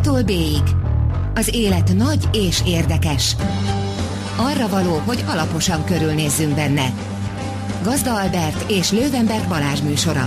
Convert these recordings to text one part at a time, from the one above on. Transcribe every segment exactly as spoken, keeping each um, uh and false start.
A-tól B-ig. Az élet nagy és érdekes. Arra való, hogy alaposan körülnézzünk benne. Gazda Albert és Löwenberg Balázs műsora.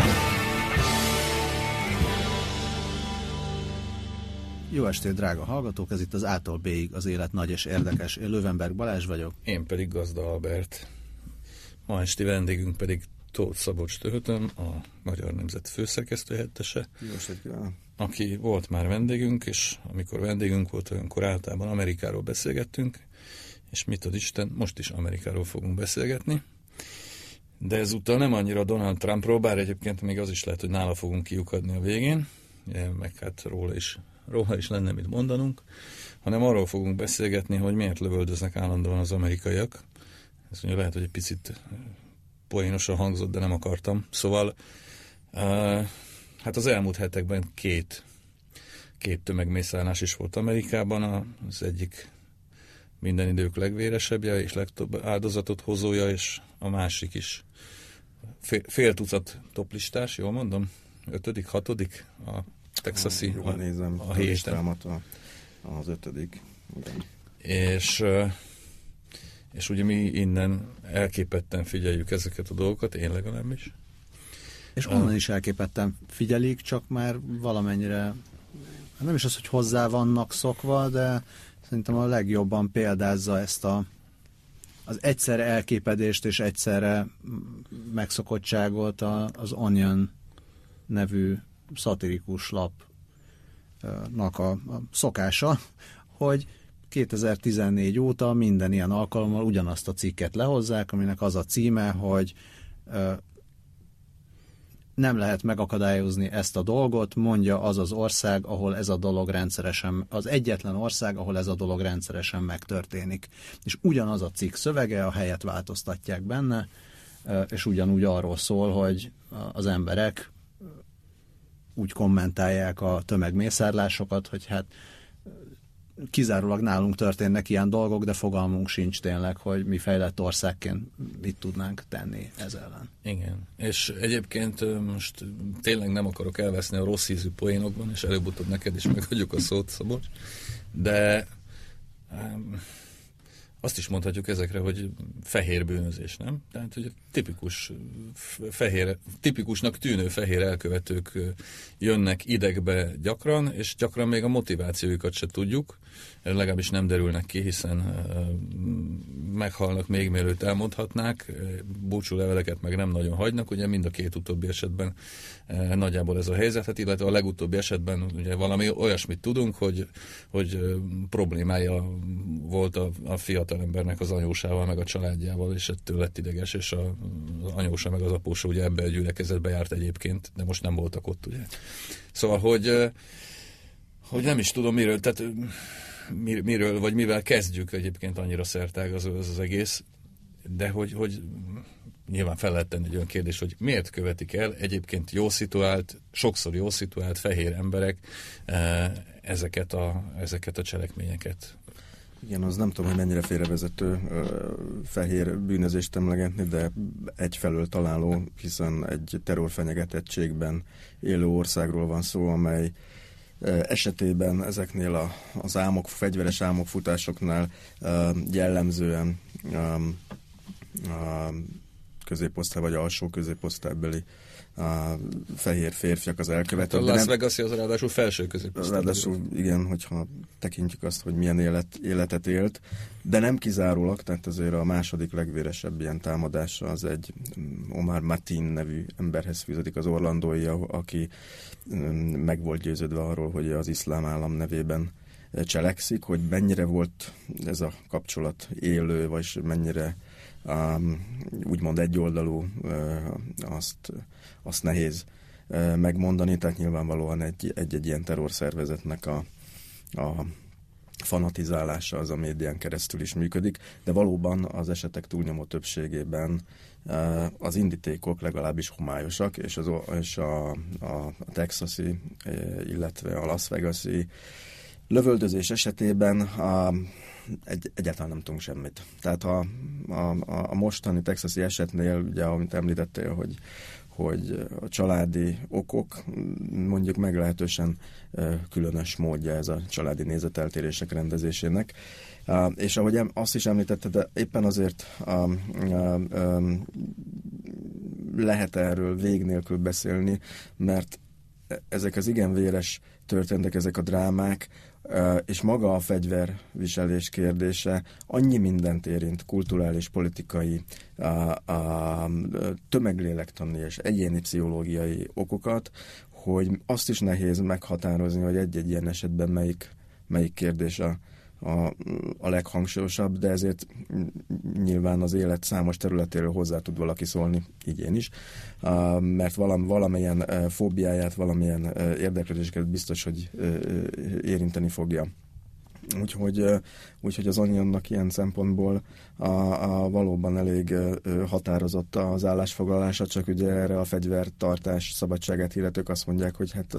Jó estét, drága hallgatók! Ez itt az A-tól B-ig, az élet nagy és érdekes. Én Löwenberg Balázs vagyok. Én pedig Gazda Albert. Ma esti vendégünk pedig Tóth Szabolcs Töhötön, a Magyar Nemzet főszerkesztőhelyettese. Jó estét kívánok! Aki volt már vendégünk, és amikor vendégünk volt, olyankor általában Amerikáról beszélgettünk, és mit ad Isten, most is Amerikáról fogunk beszélgetni. De ezúttal nem annyira Donald Trumpról, bár egyébként még az is lehet, hogy nála fogunk kiukadni a végén, meg hát róla is, róla is lenne mit mondanunk, hanem arról fogunk beszélgetni, hogy miért lövöldöznek állandóan az amerikaiak. Ez ugye lehet, hogy egy picit poénosan hangzott, de nem akartam. Szóval uh, hát az elmúlt hetekben két, két tömegmészárlás is volt Amerikában. Az egyik minden idők legvéresebbje és legtöbb áldozatot hozója, és a másik is fél, fél tucat toplistás, jól mondom? Ötödik, hatodik a texasi a, nézem, a héten. A, az ötödik. Igen. És, és ugye mi innen elképetten figyeljük ezeket a dolgokat, én legalábbis. És onnan is elképetten figyelik, csak már valamennyire, nem is az, hogy hozzá vannak szokva, de szerintem a legjobban példázza ezt a, az egyszerre elképedést és egyszerre megszokottságot az Onion nevű szatirikus lapnak a, a szokása, hogy kétezer-tizennégy óta minden ilyen alkalommal ugyanazt a cikket lehozzák, aminek az a címe, hogy ö, nem lehet megakadályozni ezt a dolgot, mondja az az ország, ahol ez a dolog rendszeresen, az egyetlen ország, ahol ez a dolog rendszeresen megtörténik. És ugyanaz a cikk szövege, a helyet változtatják benne, és ugyanúgy arról szól, hogy az emberek úgy kommentálják a tömegmészárlásokat, hogy hát kizárólag nálunk történnek ilyen dolgok, de fogalmunk sincs tényleg, hogy mi fejlett országként mit tudnánk tenni ez ellen. Igen, és egyébként most tényleg nem akarok elveszni a rossz ízű poénokban, és előbb-utóbb neked is megadjuk a szót, Szabolcs, de um, azt is mondhatjuk ezekre, hogy fehér bűnözés, nem? Tehát, hogy tipikus fehér, tipikusnak tűnő fehér elkövetők jönnek idegbe gyakran, és gyakran még a motivációjukat se tudjuk, legalábbis nem derülnek ki, hiszen meghalnak még mielőtt elmondhatnák, búcsúleveleket meg nem nagyon hagynak, ugye mind a két utóbbi esetben nagyjából ez a helyzet, hát illetve a legutóbbi esetben ugye valami olyasmit tudunk, hogy, hogy problémája volt a, a fiatalembernek az anyósával, meg a családjával, és ettől lett ideges, és a, az anyósa meg az apósa ugye ebbe a gyülekezetbe járt egyébként, de most nem voltak ott, ugye. Szóval, hogy, hogy nem is tudom miről, tehát miről, vagy mivel kezdjük egyébként annyira szertág az, az, az egész, de hogy, hogy nyilván fel lehet tenni egy olyan kérdés, hogy miért követik el egyébként jó szituált, sokszor jó szituált fehér emberek ezeket a, ezeket a cselekményeket. Igen, az nem tudom, hogy mennyire félrevezető fehér bűnözést emlegetni, de egyfelől találó, hiszen egy terrorfenyegetettségben élő országról van szó, amely esetében ezeknél a, az álmok, fegyveres álmokfutásoknál jellemzően középosztály vagy alsó középosztálybeli a fehér férfiak az elkövetők. Hát a Las Vegas-i az ráadásul felső középosztály. Ráadásul igen, hogyha tekintjük azt, hogy milyen élet, életet élt, de nem kizárólag, tehát azért a második legvéresebb ilyen támadása az egy Omar Mateen nevű emberhez fűződik, az orlandói, aki meg volt győződve arról, hogy az iszlám állam nevében cselekszik, hogy mennyire volt ez a kapcsolat élő, vagy mennyire Um, úgymond egyoldalú, uh, azt, azt nehéz uh, megmondani, tehát nyilvánvalóan egy, egy-egy ilyen terrorszervezetnek a, a fanatizálása az a médián keresztül is működik, de valóban az esetek túlnyomó többségében uh, az indítékok legalábbis homályosak, és, az, és a, a, a texasi, illetve a Las Vegas-i lövöldözés esetében a Egy, egyáltalán nem tudunk semmit. Tehát a, a, a mostani texasi esetnél, ugye, amit említettél, hogy, hogy a családi okok, mondjuk meglehetősen különös módja ez a családi nézeteltérések rendezésének. Uh, és ahogy em, azt is említetted, de éppen azért uh, uh, um, lehet erről vég nélkül beszélni, mert ezek az igen véres történtek, ezek a drámák, uh, és maga a fegyverviselés kérdése annyi mindent érint, kulturális, politikai, uh, uh, tömeglélektani és egyéni pszichológiai okokat, hogy azt is nehéz meghatározni, hogy egy-egy ilyen esetben melyik, melyik kérdés a A, a leghangsúlyosabb, de ezért nyilván az élet számos területéről hozzá tud valaki szólni, így én is, uh, mert valam, valamilyen uh, fóbiáját, valamilyen uh, érdeklődéseket biztos, hogy uh, érinteni fogja. Úgyhogy, úgyhogy az Onionnak ilyen szempontból a, a valóban elég határozott az állásfoglalása, csak ugye erre a fegyvertartás szabadságát illetők azt mondják, hogy hát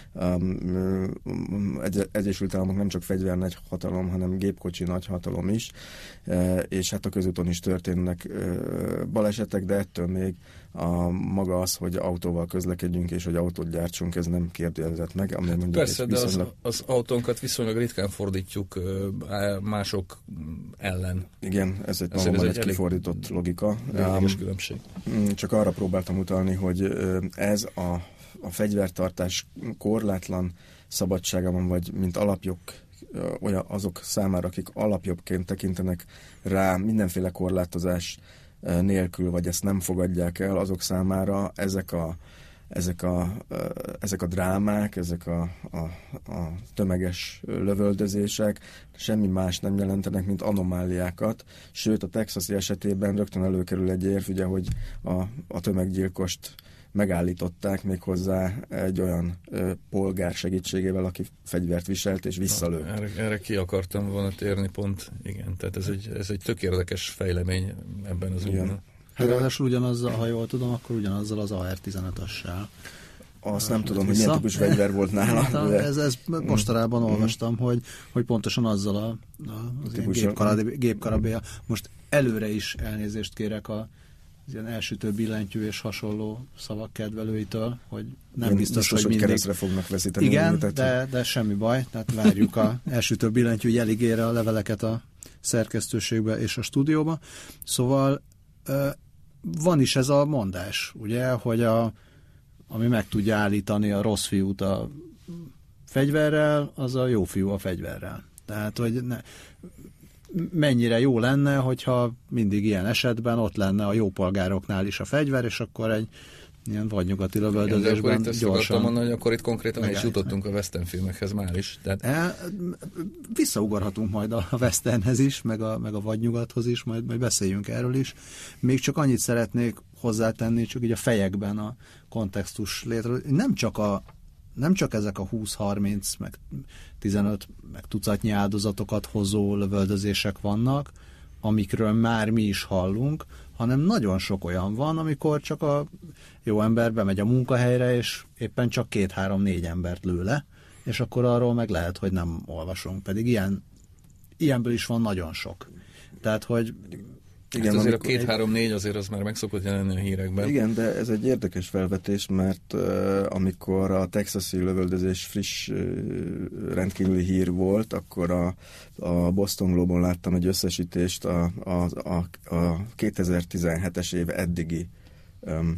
um, egy, Egyesült Államok nem csak fegyver nagy hatalom, hanem gépkocsi nagy hatalom is, és hát a közúton is történnek balesetek, de ettől még a maga az, hogy autóval közlekedjünk és hogy autót gyártsunk, ez nem kérdőjelezett meg. Ami hát persze, de viszonylag... az, az autónkat viszonylag ritkán fordítjuk mások ellen. Igen, ez egy valóban egy, egy kifordított logika. Lényeges különbség. Csak arra próbáltam utalni, hogy ez a, a fegyvertartás korlátlan szabadsága van, vagy mint alapjog olyan azok számára, akik alapjogként tekintenek rá mindenféle korlátozás nélkül, vagy ezt nem fogadják el, azok számára ezek a, ezek a, ezek a drámák, ezek a, a, a tömeges lövöldözések semmi más nem jelentenek, mint anomáliákat. Sőt, a texasi esetében rögtön előkerül egy érv, ugye, hogy a, a tömeggyilkost megállították méghozzá egy olyan ö, polgár segítségével, aki fegyvert viselt és visszalő. Na, erre, erre ki akartam volna térni pont, igen. Tehát ez egy, ez egy tök érdekes fejlemény ebben az ügyben. Hát ráadásul ugyanazzal, ha jól tudom, akkor ugyanazzal az á er tizenötössel. Azt nem tudom, hogy milyen típus fegyver volt nála. De... Ez, ez mostanában mm. olvastam, hogy, hogy pontosan azzal a, a gépkarabélyal. Gépkarabélyal. Most előre is elnézést kérek a ilyen elsütő billentyű és hasonló szavak kedvelőitől, hogy nem Én biztos, biztos, hogy, hogy mindig... keresztre fognak veszíteni. Igen, de, de semmi baj, tehát várjuk a elsütő billentyű jeligére a leveleket a szerkesztőségbe és a stúdióba. Szóval van is ez a mondás, ugye, hogy a, ami meg tudja állítani a rossz fiút a fegyverrel, az a jó fiú a fegyverrel. Tehát, hogy ne, mennyire jó lenne, hogyha mindig ilyen esetben ott lenne a jó polgároknál is a fegyver, és akkor egy ilyen vadnyugati lövöldözésben gyorsan... Mondani, hogy akkor itt konkrétan is jutottunk a western filmekhez már is. Tehát... E, visszaugorhatunk majd a westernhez is, meg a, meg a vadnyugathoz is, majd, majd beszéljünk erről is. Még csak annyit szeretnék hozzátenni, csak így a fejekben a kontextus létre. Nem csak a nem csak ezek a húsz, harminc, meg tizenöt, meg tucatnyi áldozatokat hozó lövöldözések vannak, amikről már mi is hallunk, hanem nagyon sok olyan van, amikor csak a jó ember bemegy a munkahelyre, és éppen csak két-három-négy embert lő le, és akkor arról meg lehet, hogy nem olvasunk. Pedig ilyen, ilyenből is van nagyon sok. Tehát, hogy igen, hát azért a két-három-négy azért az már meg szokott jelenni a hírekben. Igen, de ez egy érdekes felvetés, mert uh, amikor a texasi lövöldözés friss uh, rendkívüli hír volt, akkor a, a Boston Globe-on láttam egy összesítést a, a, a, a kétezer-tizenhetes év eddigi um,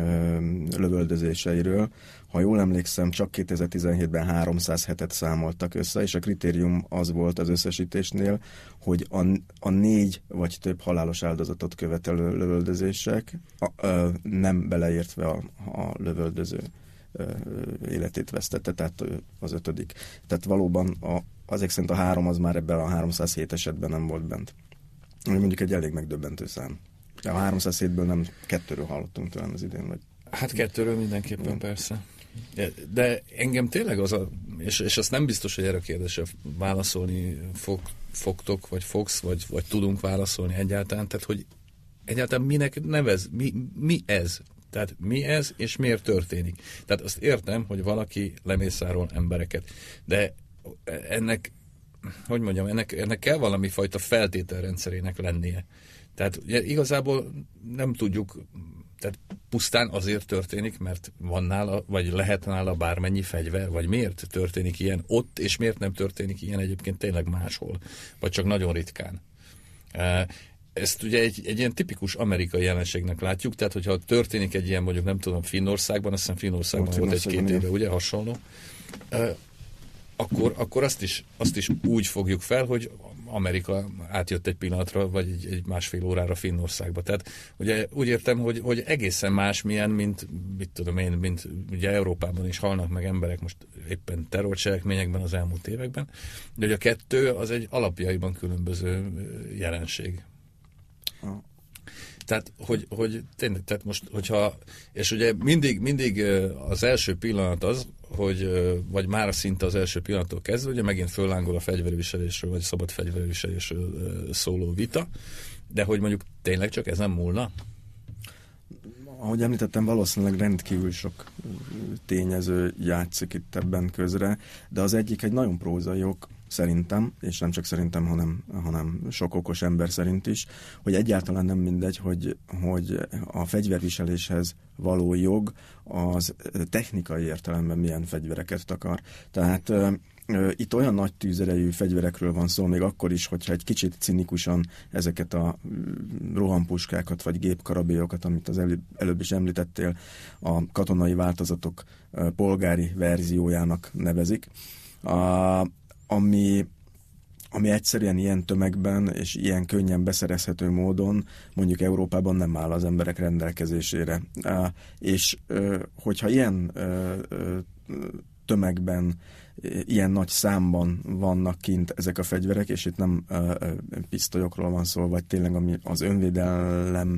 um, lövöldözéseiről. Ha jól emlékszem, csak kétezer-tizenhétben háromszázhetet számoltak össze, és a kritérium az volt az összesítésnél, hogy a, a négy vagy több halálos áldozatot követelő lövöldözések a, a, nem beleértve a, a lövöldöző a, életét vesztette, tehát az ötödik. Tehát valóban a, azek szerint a három az már ebben a háromszázhét esetben nem volt bent. Mondjuk egy elég megdöbbentő szám. De a háromszázhétből nem kettőről hallottunk talán az idén, vagy... Hát kettőről mindenképpen, mm. persze. De engem tényleg az a, és, és azt nem biztos, hogy erre a kérdésre válaszolni fog, fogtok, vagy fogsz, vagy, vagy tudunk válaszolni egyáltalán, tehát hogy egyáltalán minek nevez, mi, mi ez? Tehát mi ez, és miért történik? Tehát azt értem, hogy valaki lemészárol embereket, de ennek, hogy mondjam, ennek, ennek kell valami fajta feltételrendszerének lennie. Tehát ugye, igazából nem tudjuk tehát pusztán azért történik, mert van nála, vagy lehet nála bármennyi fegyver, vagy miért történik ilyen ott, és miért nem történik ilyen egyébként tényleg máshol, vagy csak nagyon ritkán. Ezt ugye egy, egy ilyen tipikus amerikai jelenségnek látjuk, tehát hogyha történik egy ilyen, mondjuk nem tudom, Finnországban, azt hiszem Finnországban volt egy-két éve, ugye hasonló, akkor, akkor azt, is, azt is úgy fogjuk fel, hogy Amerika átjött egy pillanatra, vagy egy, egy másfél órára Finnországba. Tehát ugye úgy értem, hogy, hogy egészen más milyen, mint, mit tudom én, mint ugye Európában is halnak meg emberek most éppen terrorcselekményekben az elmúlt években, de hogy a kettő az egy alapjaiban különböző jelenség. Tehát, hogy, hogy tényleg, tehát most, hogyha, és ugye mindig, mindig az első pillanat az, hogy, vagy már szinte az első pillanattól kezdve, ugye megint föllángol a fegyverviselésről, vagy a szabad fegyverviselésről szóló vita, de hogy mondjuk tényleg csak ez nem múlna? Ahogy említettem, valószínűleg rendkívül sok tényező játszik itt ebben közre, de az egyik egy nagyon prózai ok, szerintem, és nem csak szerintem, hanem, hanem sok okos ember szerint is, hogy egyáltalán nem mindegy, hogy, hogy a fegyverviseléshez való jog az technikai értelemben milyen fegyvereket takar. Tehát uh, uh, itt olyan nagy tűzerejű fegyverekről van szó, még akkor is, hogyha egy kicsit cinikusan ezeket a rohampuskákat vagy gépkarabélyokat, amit az előbb, előbb is említettél, a katonai változatok uh, polgári verziójának nevezik. A Ami, ami egyszerűen ilyen tömegben és ilyen könnyen beszerezhető módon mondjuk Európában nem áll az emberek rendelkezésére. És hogyha ilyen tömegben, ilyen nagy számban vannak kint ezek a fegyverek, és itt nem pisztolyokról van szó, vagy tényleg ami az önvédelem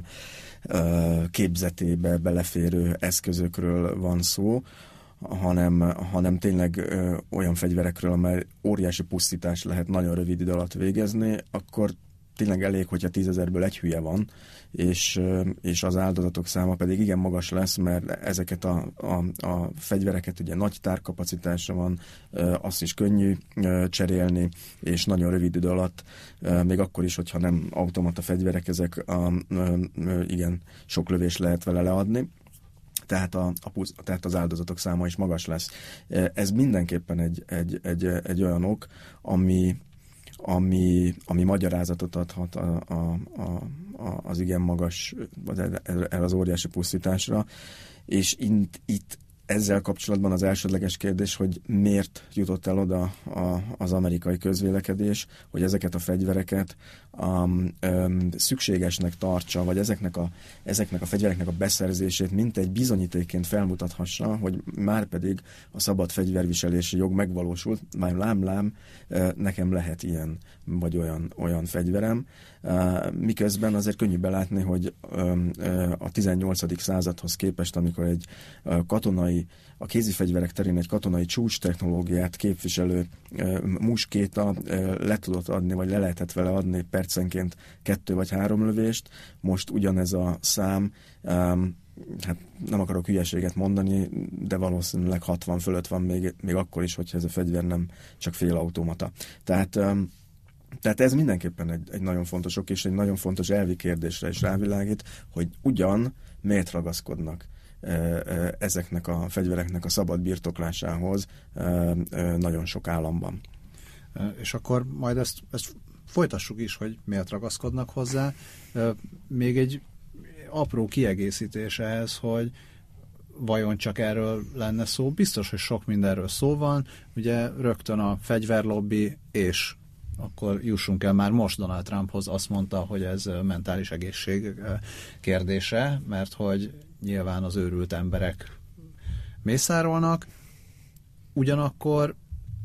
képzetébe beleférő eszközökről van szó, hanem, hanem tényleg ö, olyan fegyverekről, amely óriási pusztítás lehet nagyon rövid idő alatt végezni, akkor tényleg elég, hogyha tízezerből egy hülye van, és, ö, és az áldozatok száma pedig igen magas lesz, mert ezeket a, a, a fegyvereket ugye nagy tárkapacitásra van, ö, azt is könnyű ö, cserélni, és nagyon rövid idő alatt, ö, még akkor is, hogyha nem automata fegyverek, ezek a, ö, ö, igen, sok lövés lehet vele leadni. Tehát, a, a pusz, tehát az áldozatok száma is magas lesz. Ez mindenképpen egy, egy, egy, egy olyan ok, ami, ami, ami magyarázatot adhat a, a, a, a, az igen magas, el az óriási pusztításra, és itt, itt ezzel kapcsolatban az elsődleges kérdés, hogy miért jutott el oda a, az amerikai közvélekedés, hogy ezeket a fegyvereket um, um, szükségesnek tartsa, vagy ezeknek a, ezeknek a fegyvereknek a beszerzését mint egy bizonyítékként felmutathassa, hogy már pedig a szabad fegyverviselési jog megvalósult, már lám-lám, nekem lehet ilyen vagy olyan, olyan fegyverem, miközben azért könnyű belátni, hogy a tizennyolcadik századhoz képest, amikor egy katonai, a kézifegyverek terén egy katonai csúcs technológiát képviselő muskéta le tudott adni, vagy le lehetett vele adni percenként kettő vagy három lövést, most ugyanez a szám, hát nem akarok hülyeséget mondani, de valószínűleg hatvan fölött van még, még akkor is, hogyha ez a fegyver nem csak félautomata. Tehát Tehát ez mindenképpen egy, egy nagyon fontos ok, és egy nagyon fontos elvi kérdésre is rávilágít, hogy ugyan miért ragaszkodnak ezeknek a fegyvereknek a szabad birtoklásához nagyon sok államban. És akkor majd ezt, ezt folytassuk is, hogy miért ragaszkodnak hozzá. Még egy apró kiegészítés ehhez, hogy vajon csak erről lenne szó. Biztos, hogy sok mindenről szó van. Ugye rögtön a fegyverlobbi, és akkor jussunk el már most Donald Trumphoz, azt mondta, hogy ez mentális egészség kérdése, mert hogy nyilván az őrült emberek mészárolnak, ugyanakkor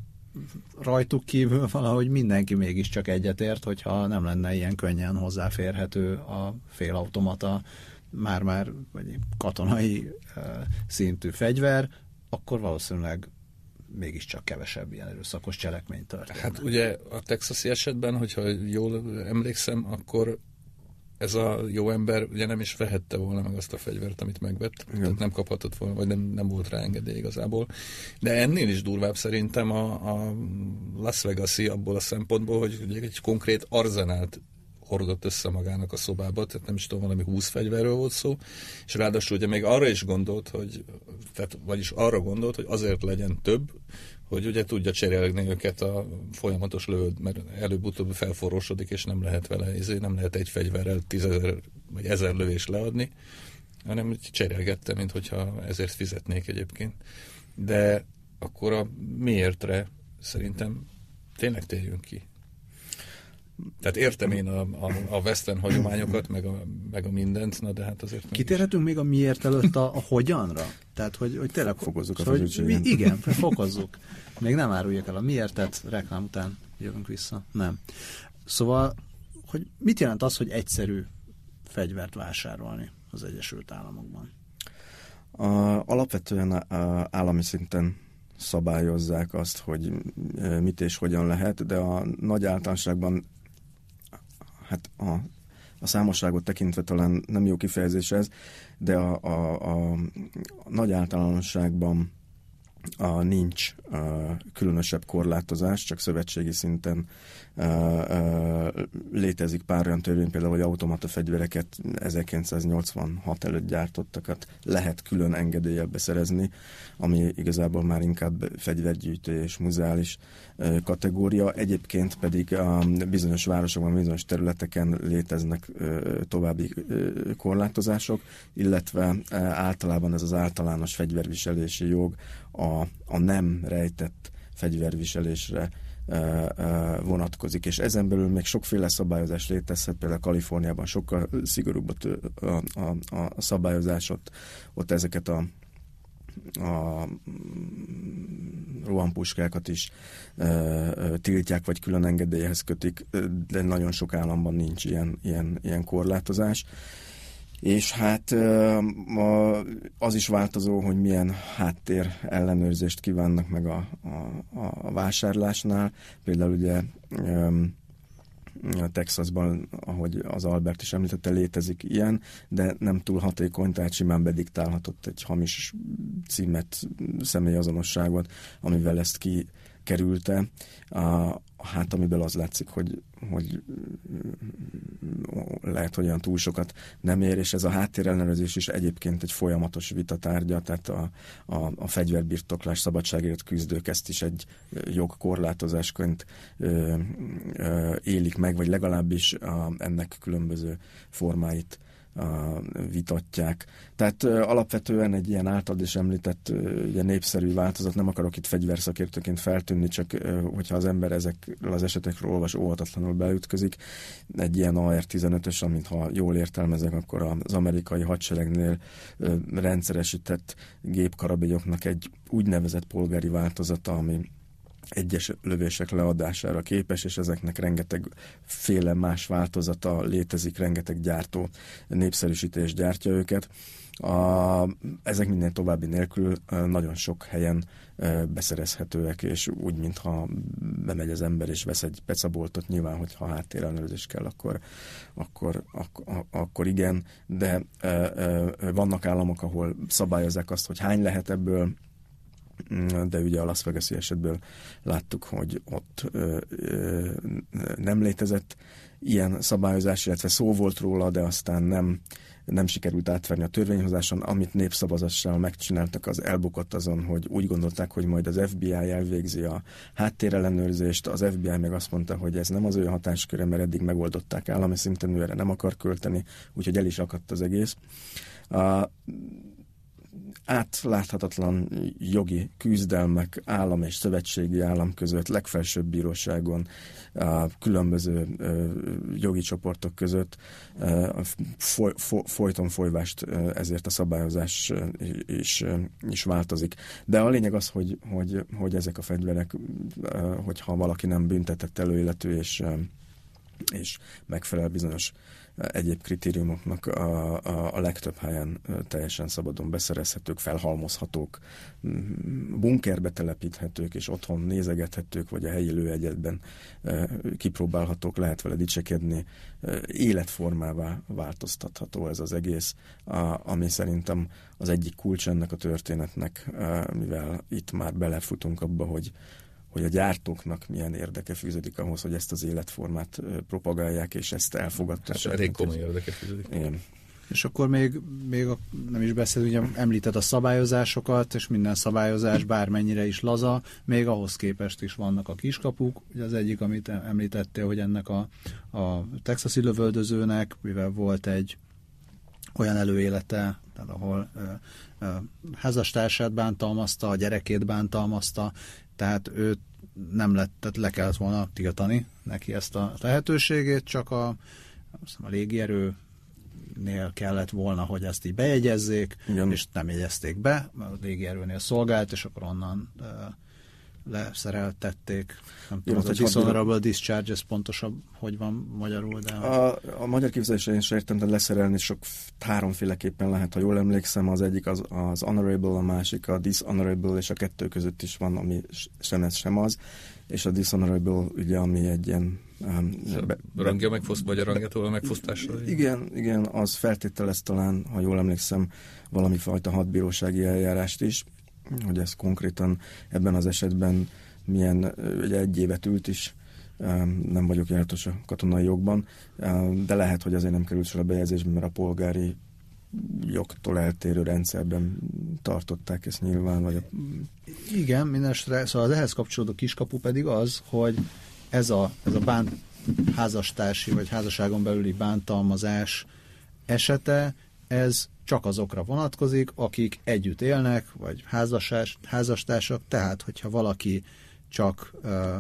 rajtuk kívül valahogy mindenki mégiscsak egyetért, hogyha nem lenne ilyen könnyen hozzáférhető a félautomata, már-már vagy katonai szintű fegyver, akkor valószínűleg mégiscsak kevesebb ilyen erőszakos cselekmény történik. Hát ugye a texasi esetben, hogyha jól emlékszem, akkor ez a jó ember ugye nem is vehette volna meg azt a fegyvert, amit megvett. Igen. Tehát nem kaphatott volna, vagy nem, nem volt rá engedély igazából. De ennél is durvább szerintem a, a Las Vegas-i abból a szempontból, hogy egy konkrét arzenált hordott össze magának a szobába, tehát nem is tudom, valami húsz fegyverről volt szó, és ráadásul ugye még arra is gondolt, hogy, tehát, vagyis arra gondolt, hogy azért legyen több, hogy ugye tudja cserélni őket a folyamatos lövőd, mert előbb-utóbb felforrósodik, és nem lehet vele, ezért nem lehet egy fegyverrel tízezer vagy ezer lövés leadni, hanem cserélgette, mint hogyha ezért fizetnék egyébként. De akkor a miértre szerintem tényleg térjünk ki. Tehát értem én a, a, a western hagyományokat, meg a, meg a mindent, na de hát azért... Kitérhetünk még a miért előtt a, a hogyanra? Tehát, hogy, hogy tényleg... Fokozzuk a feszültséget. Igen, fokozzuk. Még nem áruljuk el a miértet, reklám után jövünk vissza. Nem. Szóval, hogy mit jelent az, hogy egyszerű fegyvert vásárolni az Egyesült Államokban? A, alapvetően a, állami szinten szabályozzák azt, hogy mit és hogyan lehet, de a nagy általánosságban hát a, a számosságot tekintve talán nem jó kifejezés ez, de a, a, a, a nagy általánosságban a, nincs a, különösebb korlátozás, csak szövetségi szinten a, a, létezik pár olyan törvény, például, hogy automata fegyvereket ezerkilencszáznyolcvanhat előtt gyártottakat lehet külön engedéllyel beszerezni, ami igazából már inkább fegyvergyűjtő és muzeális a, kategória. Egyébként pedig a bizonyos városokban, bizonyos területeken léteznek a, további a, korlátozások, illetve a, általában ez az általános fegyverviselési jog a, a nem rejtett fegyverviselésre vonatkozik, és ezen belül még sokféle szabályozás létezhet, például Kaliforniában sokkal szigorúbb a, a, a szabályozás, ott, ott ezeket a, a rohampuskákat is e, tiltják, vagy külön engedélyhez kötik, de nagyon sok államban nincs ilyen, ilyen, ilyen korlátozás. És hát az is változó, hogy milyen háttér ellenőrzést kívánnak meg a, a, a vásárlásnál. Például ugye a Texasban, ahogy az Albert is említette, létezik ilyen, de nem túl hatékony, tehát simán bediktálhatott egy hamis címet, személyazonosságot, amivel ezt kikerülte. Hát amiből az látszik, hogy, hogy lehet, hogy olyan túl sokat nem ér, és ez a háttérellenőrzés is egyébként egy folyamatos vitatárgya, tehát a, a, a fegyverbirtoklás, szabadságért küzdők ezt is egy jogkorlátozásként ö, ö, élik meg, vagy legalábbis a, ennek különböző formáit a, vitatják. Tehát ö, alapvetően egy ilyen általad is említett ö, ugye népszerű változat, nem akarok itt fegyverszakértőként feltűnni, csak ö, hogyha az ember ezekről az esetekről olvas, óvatatlanul beütközik. Egy ilyen á er tizenötös, amint ha jól értelmezek, akkor az amerikai hadseregnél ö, rendszeresített gépkarabélyoknak egy úgynevezett polgári változata, ami egyes lövések leadására képes, és ezeknek rengeteg féle más változata létezik, rengeteg gyártó népszerűsítés gyártja őket. A, ezek minden további nélkül nagyon sok helyen beszerezhetőek, és úgy, mintha bemegy az ember és vesz egy pecaboltot, nyilván, hogyha háttérellenőrzés kell, akkor, akkor, ak- akkor igen, de vannak államok, ahol szabályozzák azt, hogy hány lehet ebből, de ugye a Las Vegas-i esetből láttuk, hogy ott ö, ö, nem létezett ilyen szabályozás, illetve szó volt róla, de aztán nem, nem sikerült átverni a törvényhozáson. Amit népszavazással megcsináltak, az elbukott azon, hogy úgy gondolták, hogy majd az ef bé i elvégzi a háttérellenőrzést. Az ef bé i meg azt mondta, hogy ez nem az ő hatásköre, mert eddig megoldották állami szinten, ő erre nem akar költeni, úgyhogy el is akadt az egész. A, átláthatatlan jogi küzdelmek állam és szövetségi állam között, legfelsőbb bíróságon, a különböző jogi csoportok között foly, foly, folyton folyvást ezért a szabályozás is, is változik. De a lényeg az, hogy, hogy, hogy ezek a fegyverek, hogyha valaki nem büntetett előéletű és, és megfelel bizonyos egyéb kritériumoknak a, a, a legtöbb helyen teljesen szabadon beszerezhetők, felhalmozhatók, bunkerbe telepíthetők, és otthon nézegethetők, vagy a helyi lőegyetben kipróbálhatók, lehet vele dicsekedni, életformává változtatható ez az egész, a, ami szerintem az egyik kulcs ennek a történetnek, mivel itt már belefutunk abba, hogy hogy a gyártóknak milyen érdeke fűződik ahhoz, hogy ezt az életformát propagálják, és ezt elfogadták. És elég komoly érdeke fűződik. Igen. És akkor még, még a, nem is beszél, ugye említed a szabályozásokat, és minden szabályozás bármennyire is laza, még ahhoz képest is vannak a kiskapuk. Ugye az egyik, amit említettél, hogy ennek a, a texasi lövöldözőnek, mivel volt egy olyan előélete, tehát ahol ö, ö, házastársát bántalmazta, a gyerekét bántalmazta, tehát őt nem lett, tehát le kellett volna tiltani neki ezt a lehetőségét, csak a, a légierő nél kellett volna, hogy ezt így bejegyezzék, igen. És nem jegyezték be, mert a légierőnél szolgált, és akkor onnan uh, leszereltették. Nem tudom, a dishonorable discharge, ez pontosabb, hogy van magyarul, de... A, a magyar képzelésre én sem értem, de leszerelni sok háromféleképpen lehet, ha jól emlékszem, az egyik az, az honorable, a másik a dishonorable, és a kettő között is van, ami sem ez, sem az, és a dishonorable, ugye, ami egy ilyen Um, be, rangja megfoszt, vagy a rangjától a megfosztásra? Igen, igen, az feltételez talán, ha jól emlékszem, valami fajta hadbírósági eljárást is, hogy ez konkrétan ebben az esetben milyen, ugye egy évet ült is, um, nem vagyok jártas a katonai jogban, um, de lehet, hogy azért nem került sor a bejegyzésben, mert a polgári jogtól eltérő rendszerben tartották ezt nyilván, vagy a... Igen, mindenesetre, szóval az ehhez kapcsolódó kiskapu pedig az, hogy ez a, ez a bánt, házastársi vagy házasságon belüli bántalmazás esete, ez csak azokra vonatkozik, akik együtt élnek, vagy házasás, házastársak, tehát hogyha valaki csak ö,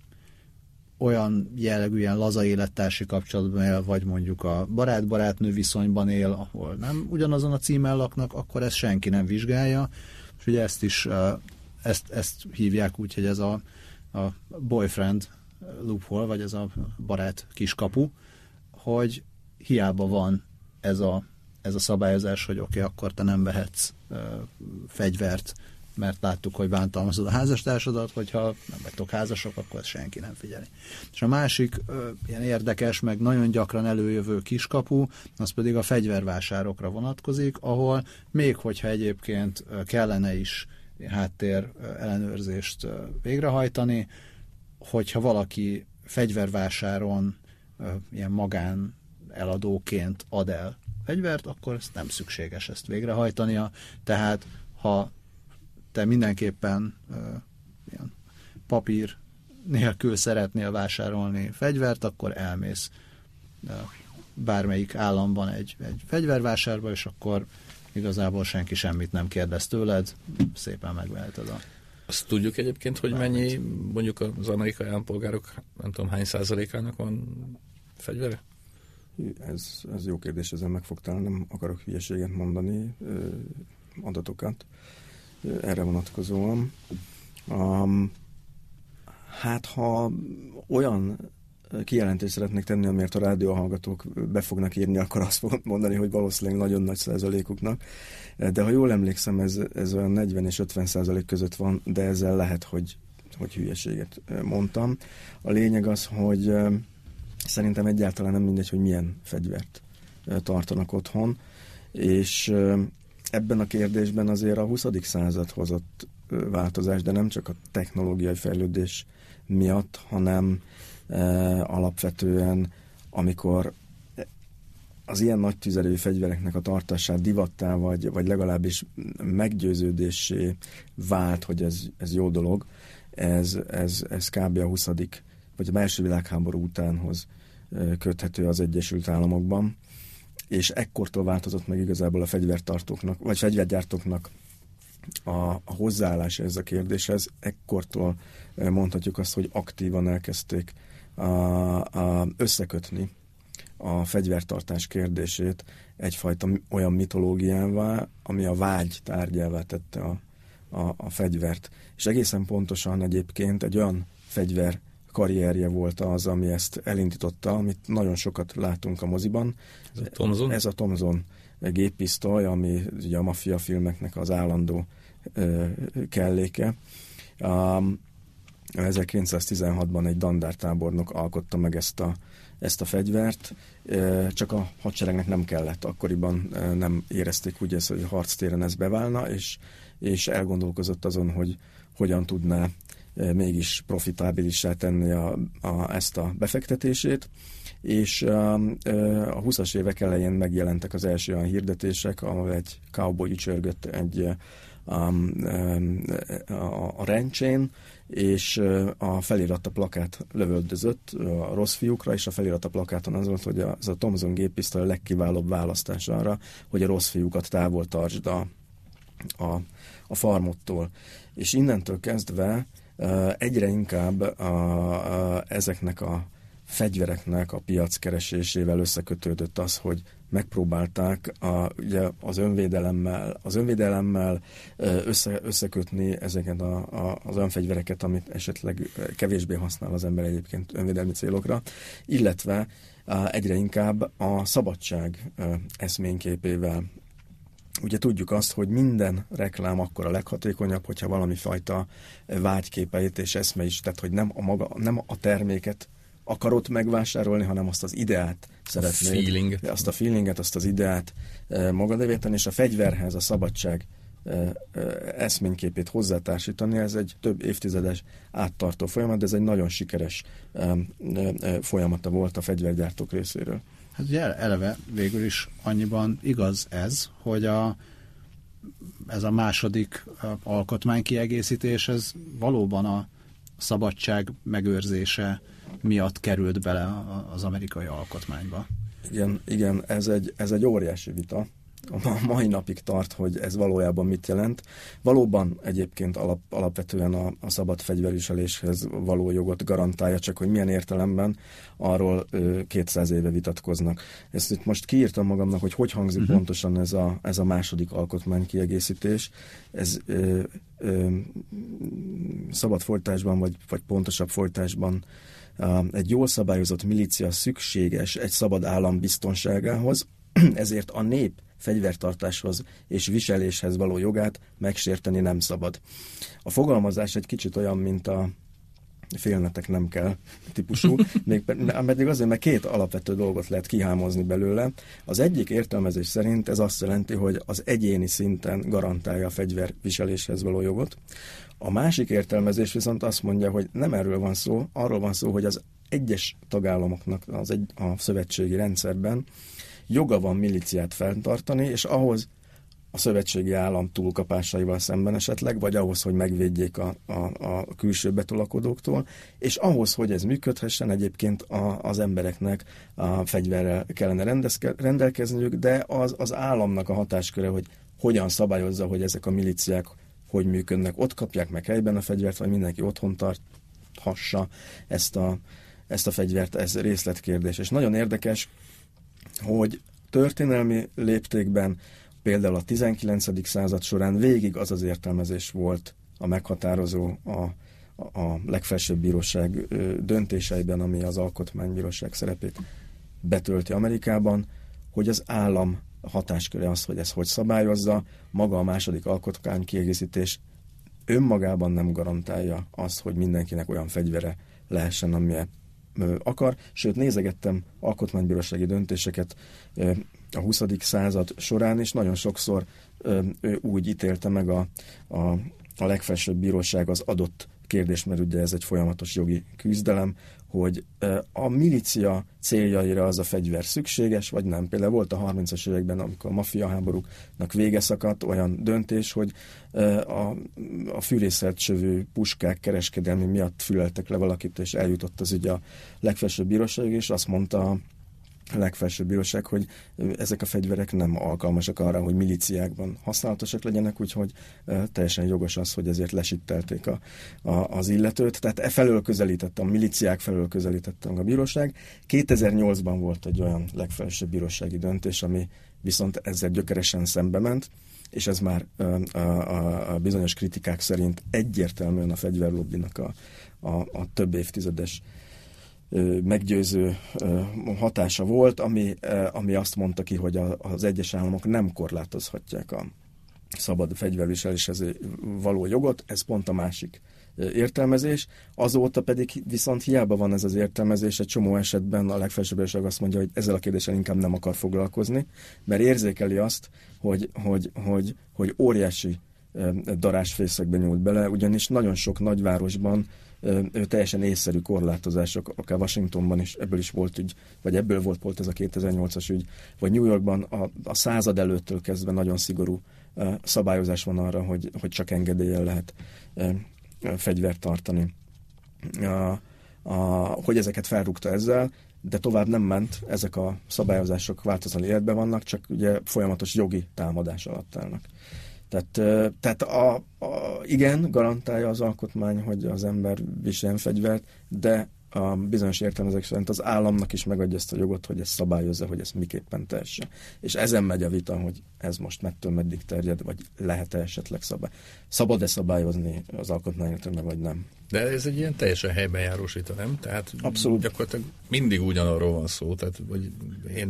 olyan jellegű, ilyen laza élettársi kapcsolatban él, vagy mondjuk a barát-barátnő viszonyban él, ahol nem ugyanazon a címen laknak, akkor ezt senki nem vizsgálja, és ugye ezt is, ö, ezt, ezt hívják úgy, hogy ez a, a boyfriend loophole, vagy ez a barát kiskapu, hogy hiába van ez a, ez a szabályozás, hogy oké, okay, akkor te nem vehetsz uh, fegyvert, mert láttuk, hogy bántalmazod a házastársadat, hogyha nem vagytok házasok, akkor ezt senki nem figyeli. És a másik uh, ilyen érdekes, meg nagyon gyakran előjövő kiskapu, az pedig a fegyvervásárokra vonatkozik, ahol még hogyha egyébként uh, kellene is háttér uh, ellenőrzést uh, végrehajtani, hogyha valaki fegyvervásáron ilyen magán eladóként ad el fegyvert, akkor ezt nem szükséges ezt végrehajtania. Tehát ha te mindenképpen uh, ilyen papír nélkül szeretnél vásárolni fegyvert, akkor elmész uh, bármelyik államban egy, egy fegyvervásárba, és akkor igazából senki semmit nem kérdez tőled, szépen megveheted a... Azt tudjuk egyébként, hogy mennyi, mondjuk az amerikai állampolgárok, nem tudom hány százalékának van fegyvere? Ez, ez jó kérdés, ezen meg fog találni, nem akarok hülyeséget mondani, adatokat erre vonatkozóan. Um, hát ha olyan kijelentést szeretnék tenni, amiért a rádióhallgatók be fognak írni, akkor azt fogom mondani, hogy valószínűleg nagyon nagy százalékuknak. De ha jól emlékszem, ez, ez olyan negyven és ötven százalék között van, de ezzel lehet, hogy, hogy hülyeséget mondtam. A lényeg az, hogy szerintem egyáltalán nem mindegy, hogy milyen fegyvert tartanak otthon, és ebben a kérdésben azért a huszadik század hozott változás, de nem csak a technológiai fejlődés miatt, hanem alapvetően, amikor az ilyen nagy tüzelő fegyvereknek a tartását divattá, vagy, vagy legalábbis meggyőződésé vált, hogy ez, ez jó dolog, ez, ez, ez kb. A huszadik vagy a első világháború utánhoz köthető az Egyesült Államokban, és ekkortól változott meg igazából a fegyvertartóknak, vagy fegyvergyártóknak a, a hozzáállás ez a kérdéshez. Ekkortól mondhatjuk azt, hogy aktívan elkezdték a, a összekötni a fegyvertartás kérdését egyfajta olyan mitológiává, ami a vágy tárgyává tette a, a, a fegyvert. És egészen pontosan egyébként egy olyan fegyver karrierje volt az, ami ezt elindította, amit nagyon sokat látunk a moziban. Ez a Thompson? Ez a Thompson géppisztoly, ami ugye a maffia filmeknek az állandó ö, kelléke. Um, ezerkilencszáztizenhatban egy dandártábornok alkotta meg ezt a, ezt a fegyvert, csak a hadseregnek nem kellett. Akkoriban nem érezték úgy ezt, hogy harctéren ez beválna, és, és elgondolkozott azon, hogy hogyan tudná mégis profitábilissá tenni a, a, ezt a befektetését, és a, a húszas évek elején megjelentek az első olyan hirdetések, ahol egy cowboy ücsörgött egy a, a, a rencsén, és a feliratta plakát lövöldözött a rossz fiúkra, és a feliratta plakáton az volt, hogy ez a Thompson géppisztoly a legkiválóbb választás arra, hogy a rossz fiúkat távol tartsd a, a, a farmottól. És innentől kezdve egyre inkább a, a, ezeknek a fegyvereknek a piackeresésével összekötődött az, hogy megpróbálták a, ugye az önvédelemmel, az önvédelemmel össze, összekötni ezeket a, a, az önfegyvereket, amit esetleg kevésbé használ az ember egyébként önvédelmi célokra, illetve egyre inkább a szabadság eszményképével. Ugye tudjuk azt, hogy minden reklám akkor a leghatékonyabb, hogyha valami fajta vágyképeit és eszme is, tehát hogy nem a, maga, nem a terméket akarod megvásárolni, hanem azt az ideát szeretnéd. A feelinget. Azt a feelinget, azt az ideát magadevé tenni, és a fegyverhez a szabadság eszményképét hozzátársítani. Ez egy több évtizedes áttartó folyamat, de ez egy nagyon sikeres folyamata volt a fegyvergyártók részéről. Hát ugye eleve végül is annyiban igaz ez, hogy a, ez a második alkotmánykiegészítés, ez valóban a szabadság megőrzése miatt került bele az amerikai alkotmányba. Igen, igen, ez egy, ez egy óriási vita. A mai napig tart, hogy ez valójában mit jelent. Valóban egyébként alap, alapvetően a, a szabad fegyverviseléshez való jogot garantálja, csak hogy milyen értelemben, arról ö, kétszáz éve vitatkoznak. Ezt itt most kiírtam magamnak, hogy hogy hangzik uh-huh. pontosan ez a, ez a második alkotmánykiegészítés. Ez ö, ö, szabad folytásban, vagy, vagy pontosabb folytásban egy jól szabályozott milícia szükséges egy szabad állam biztonságához, ezért a nép fegyvertartáshoz és viseléshez való jogát megsérteni nem szabad. A fogalmazás egy kicsit olyan, mint a félnetek nem kell típusú, még pedig azért, mert két alapvető dolgot lehet kihámozni belőle. Az egyik értelmezés szerint ez azt jelenti, hogy az egyéni szinten garantálja a fegyverviseléshez való jogot. A másik értelmezés viszont azt mondja, hogy nem erről van szó, arról van szó, hogy az egyes tagállamoknak az egy, a szövetségi rendszerben joga van milíciát fenntartani, és ahhoz a szövetségi állam túlkapásaival szemben esetleg, vagy ahhoz, hogy megvédjék a, a, a külső betolakodóktól, és ahhoz, hogy ez működhessen, egyébként a, az embereknek a fegyverrel kellene rendezke, rendelkezniük, de az, az államnak a hatásköre, hogy hogyan szabályozza, hogy ezek a milíciák hogy működnek, ott kapják meg helyben a fegyvert, vagy mindenki otthon tarthassa ezt a, ezt a fegyvert, ez részletkérdés. És nagyon érdekes, hogy történelmi léptékben például a tizenkilencedik század során végig az az értelmezés volt a meghatározó a, a legfelsőbb bíróság döntéseiben, ami az alkotmánybíróság szerepét betölti Amerikában, hogy az állam hatásköre az, hogy ez hogy szabályozza, maga a második alkotmánykiegészítés önmagában nem garantálja azt, hogy mindenkinek olyan fegyvere lehessen, amilyen akar. Sőt, nézegettem alkotmánybírósági döntéseket a huszadik század során, és nagyon sokszor ő úgy ítélte meg a, a, a legfelsőbb bíróság az adott kérdés, mert ugye ez egy folyamatos jogi küzdelem, hogy a milícia céljaira az a fegyver szükséges, vagy nem. Például volt a harmincas években, amikor a maffia háborúknak vége szakadt, olyan döntés, hogy a, a fűrészelt csövű puskák kereskedelmi miatt füleltek le valakit, és eljutott az ügy a legfelsőbb bíróság, és azt mondta a legfelsőbb bíróság, hogy ezek a fegyverek nem alkalmasak arra, hogy milíciákban használatosak legyenek, úgyhogy teljesen jogos az, hogy ezért lesittelték a, a, az illetőt. Tehát e felől közelítette, a milíciák felől közelítette a bíróság. kétezer-nyolcban volt egy olyan legfelsőbb bírósági döntés, ami viszont ezzel gyökeresen szembe ment, és ez már a, a, a bizonyos kritikák szerint egyértelműen a fegyverlobbinak a, a, a több évtizedes meggyőző hatása volt, ami, ami azt mondta ki, hogy az egyes államok nem korlátozhatják a szabad fegyverviseléshez való jogot, ez pont a másik értelmezés. Azóta pedig viszont hiába van ez az értelmezés, egy csomó esetben a legfelsőbb bíróság azt mondja, hogy ezzel a kérdéssel inkább nem akar foglalkozni, mert érzékeli azt, hogy, hogy, hogy, hogy óriási darásfészekbe nyúlt bele, ugyanis nagyon sok nagyvárosban teljesen észszerű korlátozások, akár Washingtonban is, ebből is volt ügy, vagy ebből volt, volt ez a kétezer-nyolcas ügy, vagy New Yorkban a, a század előttől kezdve nagyon szigorú uh, szabályozás van arra, hogy, hogy csak engedéllyel lehet uh, fegyvert tartani. Uh, a, hogy ezeket felrúgta ezzel, de tovább nem ment, ezek a szabályozások változatlan életben vannak, csak ugye folyamatos jogi támadás alatt állnak. Tehát, tehát a, a, igen, garantálja az alkotmány, hogy az ember viseljen fegyvert, de a bizonyos értelmezők szerint az államnak is megadja ezt a jogot, hogy ezt szabályozza, hogy ezt miképpen tehesse. És ezen megy a vita, hogy ez most mettől meddig terjed, vagy lehet-e esetleg szabály. Szabad-e szabályozni az alkotmány értelme, vagy nem? De ez egy ilyen teljesen helyben járós vita, nem? Tehát abszolút. Gyakorlatilag mindig ugyanarról van szó, tehát vagy én,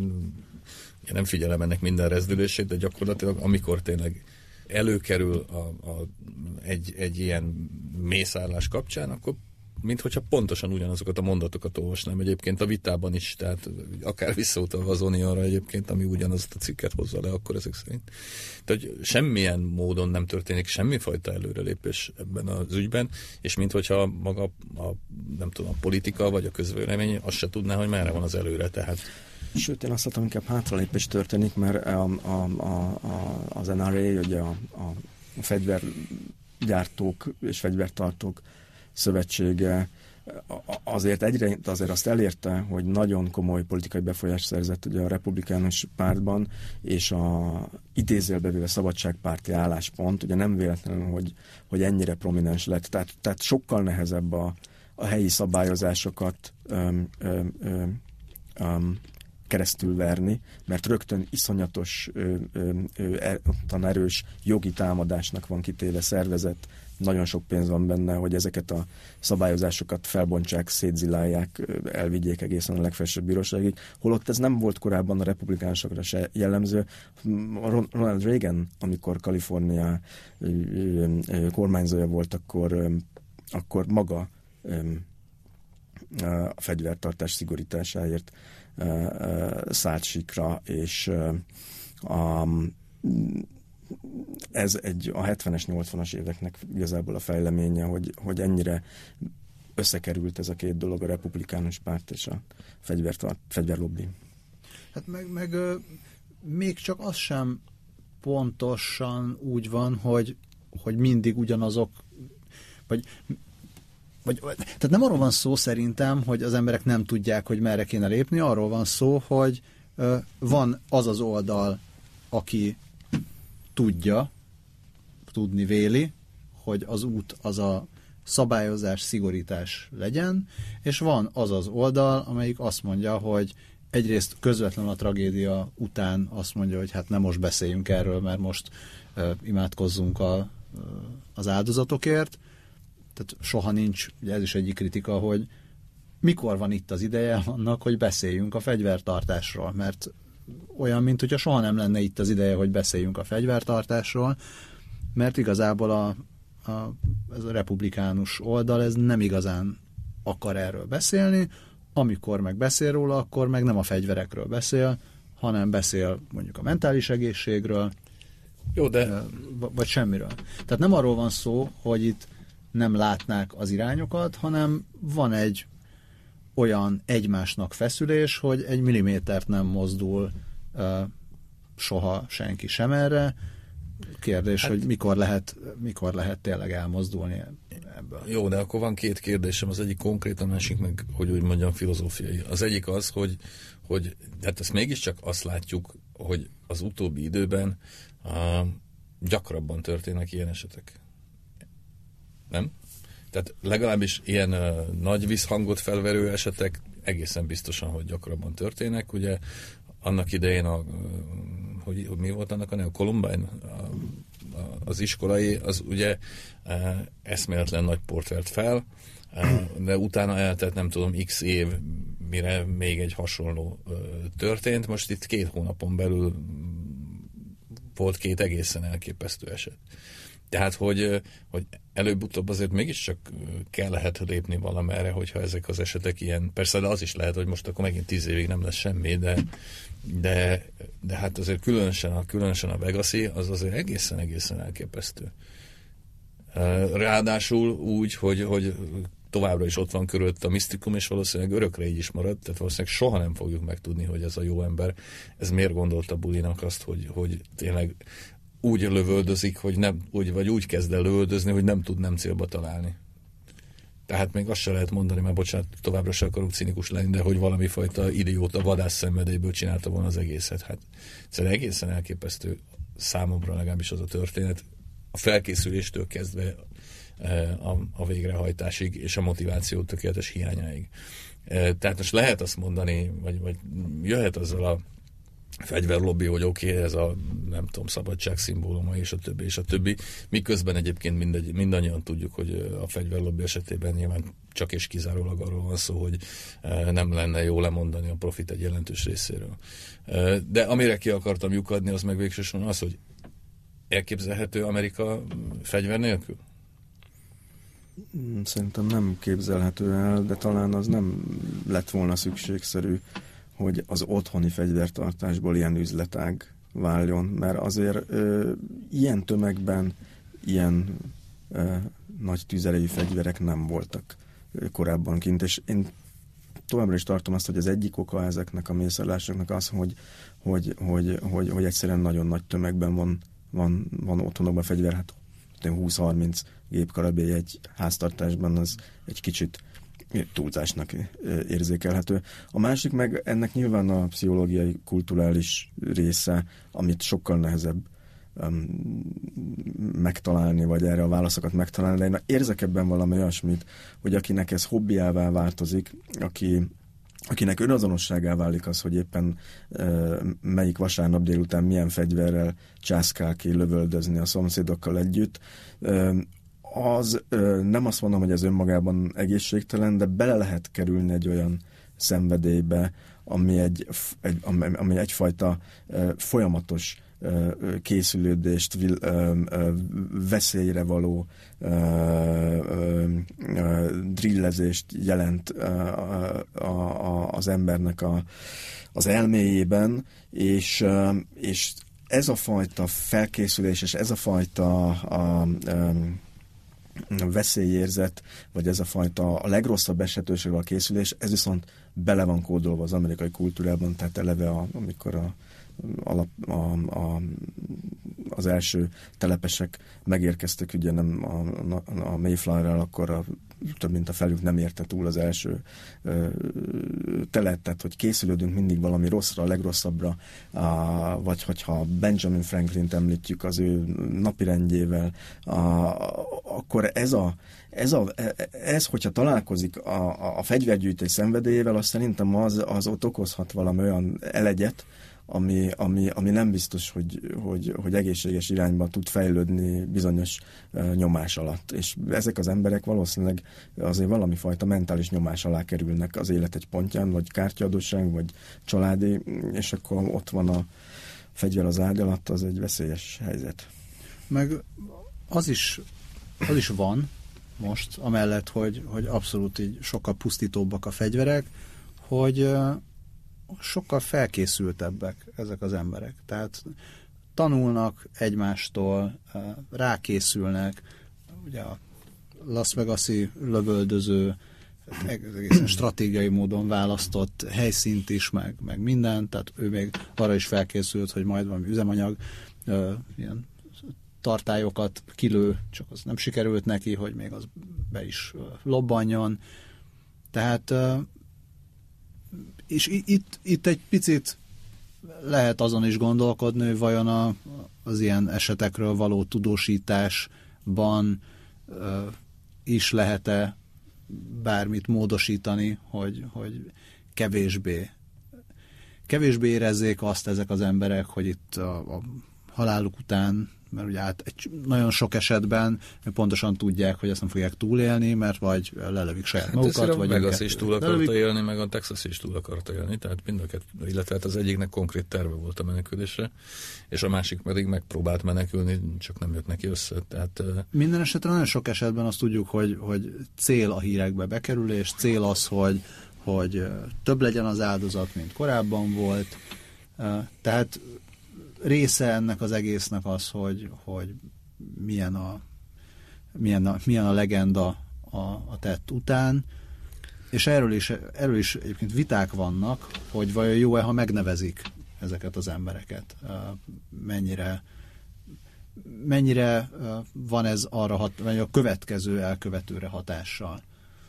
én nem figyelem ennek minden rezdülését, de gyakorlatilag amikor tényleg előkerül a, a, egy, egy ilyen mészárlás kapcsán, akkor minthogyha pontosan ugyanazokat a mondatokat olvasnám egyébként a vitában is, tehát akár visszautalva az Onionra egyébként, ami ugyanazt a cikket hozza le, akkor ezek szerint. Tehát semmilyen módon nem történik semmifajta előrelépés ebben az ügyben, és minthogyha maga a, nem tudom, a politika vagy a közvélemény azt se tudná, hogy merre van az előre, tehát sőt, én azt mondtam, inkább hátralépés történik, mert a, a, a, a, az en er á, ugye a, a fegyvergyártók és fegyvertartók szövetsége azért egyre azért azt elérte, hogy nagyon komoly politikai befolyást szerzett ugye a republikánus pártban, és a idézőjelbe véve szabadságpárti álláspont, ugye nem véletlenül, hogy, hogy ennyire prominens lett. Tehát, tehát sokkal nehezebb a, a helyi szabályozásokat öm, öm, öm, öm, keresztül verni, mert rögtön iszonyatos, ö, ö, ö, erős jogi támadásnak van kitéve szervezet, nagyon sok pénz van benne, hogy ezeket a szabályozásokat felbontsák, szétzilálják, elvigyék egészen a legfelsőbb bíróságig, holott ez nem volt korábban a republikánusokra se jellemző. Ronald Reagan, amikor Kalifornia kormányzója volt, akkor, akkor maga a fegyvertartás szigorításáért szállt sikra, és a ez egy a hetvenes, nyolcvanas éveknek igazából a fejleménye, hogy, hogy ennyire összekerült ez a két dolog, a republikánus párt és a fegyvertart, fegyverlobbi. Hát meg, meg még csak az sem pontosan úgy van, hogy, hogy mindig ugyanazok, vagy, vagy, tehát nem arról van szó szerintem, hogy az emberek nem tudják, hogy merre kéne lépni, arról van szó, hogy van az az oldal, aki tudja, tudni véli, hogy az út az a szabályozás, szigorítás legyen, és van az az oldal, amelyik azt mondja, hogy egyrészt közvetlenül a tragédia után azt mondja, hogy hát nem most beszéljünk erről, mert most uh, imádkozzunk a, uh, az áldozatokért. Tehát soha nincs, ugye ez is egyik kritika, hogy mikor van itt az ideje annak, hogy beszéljünk a fegyvertartásról, mert olyan, mint hogyha soha nem lenne itt az ideje, hogy beszéljünk a fegyvertartásról, mert igazából a, a, ez a republikánus oldal ez nem igazán akar erről beszélni, amikor meg beszél róla, akkor meg nem a fegyverekről beszél, hanem beszél mondjuk a mentális egészségről, jó, de... vagy semmiről. Tehát nem arról van szó, hogy itt nem látnák az irányokat, hanem van egy olyan egymásnak feszülés, hogy egy millimétert nem mozdul uh, soha senki sem erre. Kérdés, hát, hogy mikor lehet, mikor lehet tényleg elmozdulni ebből. Jó, de akkor van két kérdésem, az egyik konkrét, a másik meg, hogy úgy mondjam, filozófiai. Az egyik az, hogy, hogy hát ezt mégiscsak azt látjuk, hogy az utóbbi időben uh, gyakrabban történnek ilyen esetek. Nem? Tehát legalábbis ilyen uh, nagy visszhangot felverő esetek egészen biztosan, hogy gyakrabban történnek. Ugye annak idején a, uh, hogy, hogy mi volt annak a neve? A Columbine, a, a, az iskolai, az ugye uh, eszméletlen nagy port vert fel, uh, de utána eltelt nem tudom x év, mire még egy hasonló uh, történt. Most itt két hónapon belül volt két egészen elképesztő eset. Tehát, hogy, hogy előbb-utóbb azért mégiscsak kell lehet lépni valamerre, hogyha ezek az esetek ilyen, persze, de az is lehet, hogy most akkor megint tíz évig nem lesz semmi, de, de, de hát azért különösen a, különösen a Vegasi, az azért egészen-egészen elképesztő. Ráadásul úgy, hogy, hogy továbbra is ott van körülött a misztikum, és valószínűleg örökre így is marad, tehát valószínűleg soha nem fogjuk megtudni, hogy ez a jó ember, ez miért gondolta Bulinak azt, hogy, hogy tényleg úgy lövöldözik, hogy nem, úgy, vagy úgy kezd el lövöldözni, hogy nem tud nem célba találni. Tehát még azt se lehet mondani, mert bocsánat, továbbra se akarok cinikus lenni, de hogy valami fajta idióta vadász szenvedélyből csinálta volna az egészet. Hát egyszerűen egészen elképesztő számomra legalábbis az a történet, a felkészüléstől kezdve a, a végrehajtásig, és a motiváció tökéletes hiányáig. Tehát most lehet azt mondani, vagy, vagy jöhet azzal a fegyverlobbi, hogy oké, okay, ez a nem tudom, szabadság szimbóluma, és a többi, és a többi. Miközben egyébként mindegy, mindannyian tudjuk, hogy a fegyverlobbi esetében nyilván csak és kizárólag arról van szó, hogy nem lenne jó lemondani a profit egy jelentős részéről. De amire ki akartam lyukadni, az meg végsősorban az, hogy elképzelhető Amerika fegyver nélkül? Szerintem nem képzelhető el, de talán az nem lett volna szükségszerű, hogy az otthoni fegyvertartásból ilyen üzletág váljon, mert azért ö, ilyen tömegben ilyen ö, nagy tüzelői fegyverek nem voltak ö, korábban kint, és én továbbra is tartom azt, hogy az egyik oka ezeknek a mészárlásoknak az, hogy, hogy, hogy, hogy, hogy egyszerűen nagyon nagy tömegben van, van, van otthonokban fegyver, hát húsz-harminc gépkarabély egy háztartásban, az egy kicsit túlzásnak érzékelhető. A másik meg ennek nyilván a pszichológiai, kulturális része, amit sokkal nehezebb um, megtalálni, vagy erre a válaszokat megtalálni, de én érzek ebben valami olyasmit, hogy akinek ez hobbiává változik, aki akinek önazonosságá válik az, hogy éppen uh, melyik vasárnap délután milyen fegyverrel császkál ki lövöldözni a szomszédokkal együtt, uh, az ö, nem azt mondom, hogy ez önmagában egészségtelen, de bele lehet kerülni egy olyan szenvedélybe, ami, egy, egy, ami egyfajta ö, folyamatos ö, készülődést, vil, ö, ö, veszélyre való ö, ö, ö, drillezést jelent ö, a, a, az embernek a, az elméjében, és, ö, és ez a fajta felkészülés, és ez a fajta a, a, veszélyérzet, vagy ez a fajta a legrosszabb esetőségvel a készülés, ez viszont bele van kódolva az amerikai kultúrában, tehát eleve a, amikor a, a, a, a, az első telepesek megérkeztek, ugye nem a, a, a Mayflower-rel, akkor a, több mint a felük nem érte túl az első ö, telet, tehát hogy készülődünk mindig valami rosszra, a legrosszabbra, a, vagy hogyha Benjamin Franklint említjük az ő napirendjével, a, akkor ez a Ez, a, ez, hogyha találkozik a, a fegyvergyűjtés szenvedélyével, azt szerintem az, az ott okozhat valami olyan elegyet, ami, ami, ami nem biztos, hogy, hogy, hogy egészséges irányba tud fejlődni bizonyos uh, nyomás alatt. És ezek az emberek valószínűleg azért valami fajta mentális nyomás alá kerülnek az élet egy pontján, vagy kártyadóság, vagy családi, és akkor ott van a fegyver az ágy alatt, az egy veszélyes helyzet. Meg az is, az is van most, amellett, hogy, hogy abszolút így sokkal pusztítóbbak a fegyverek, hogy uh, sokkal felkészültebbek ezek az emberek. Tehát tanulnak egymástól, uh, rákészülnek, ugye a Las Vegas-i lövöldöző egészen stratégiai módon választott helyszínt is, meg, meg minden, tehát ő még arra is felkészült, hogy majd valami üzemanyag uh, ilyen tartályokat kilő, csak az nem sikerült neki, hogy még az be is lobbanjon. Tehát és itt, itt egy picit lehet azon is gondolkodni, hogy vajon a, az ilyen esetekről való tudósításban is lehet-e bármit módosítani, hogy, hogy kevésbé kevésbé érezzék azt ezek az emberek, hogy itt a, a haláluk után mert ugye át, egy, nagyon sok esetben pontosan tudják, hogy ezt nem fogják túlélni, mert vagy lelövik saját magukat, hát vagy meg az is túl akarta lelövik. élni, meg a Texas is túl akarta élni, tehát mind a kettő, illetve hát az egyiknek konkrét terve volt a menekülésre, és a másik pedig megpróbált menekülni, csak nem jött neki össze. Tehát, minden esetre nagyon sok esetben azt tudjuk, hogy, hogy cél a hírekbe bekerülés, cél az, hogy, hogy több legyen az áldozat, mint korábban volt. Tehát része ennek az egésznek az, hogy, hogy milyen, a, milyen, a, milyen a legenda a, a tett után, és erről is, erről is egyébként viták vannak, hogy vajon jó-e, ha megnevezik ezeket az embereket. Mennyire, mennyire van ez arra hat, vagy a következő elkövetőre hatással.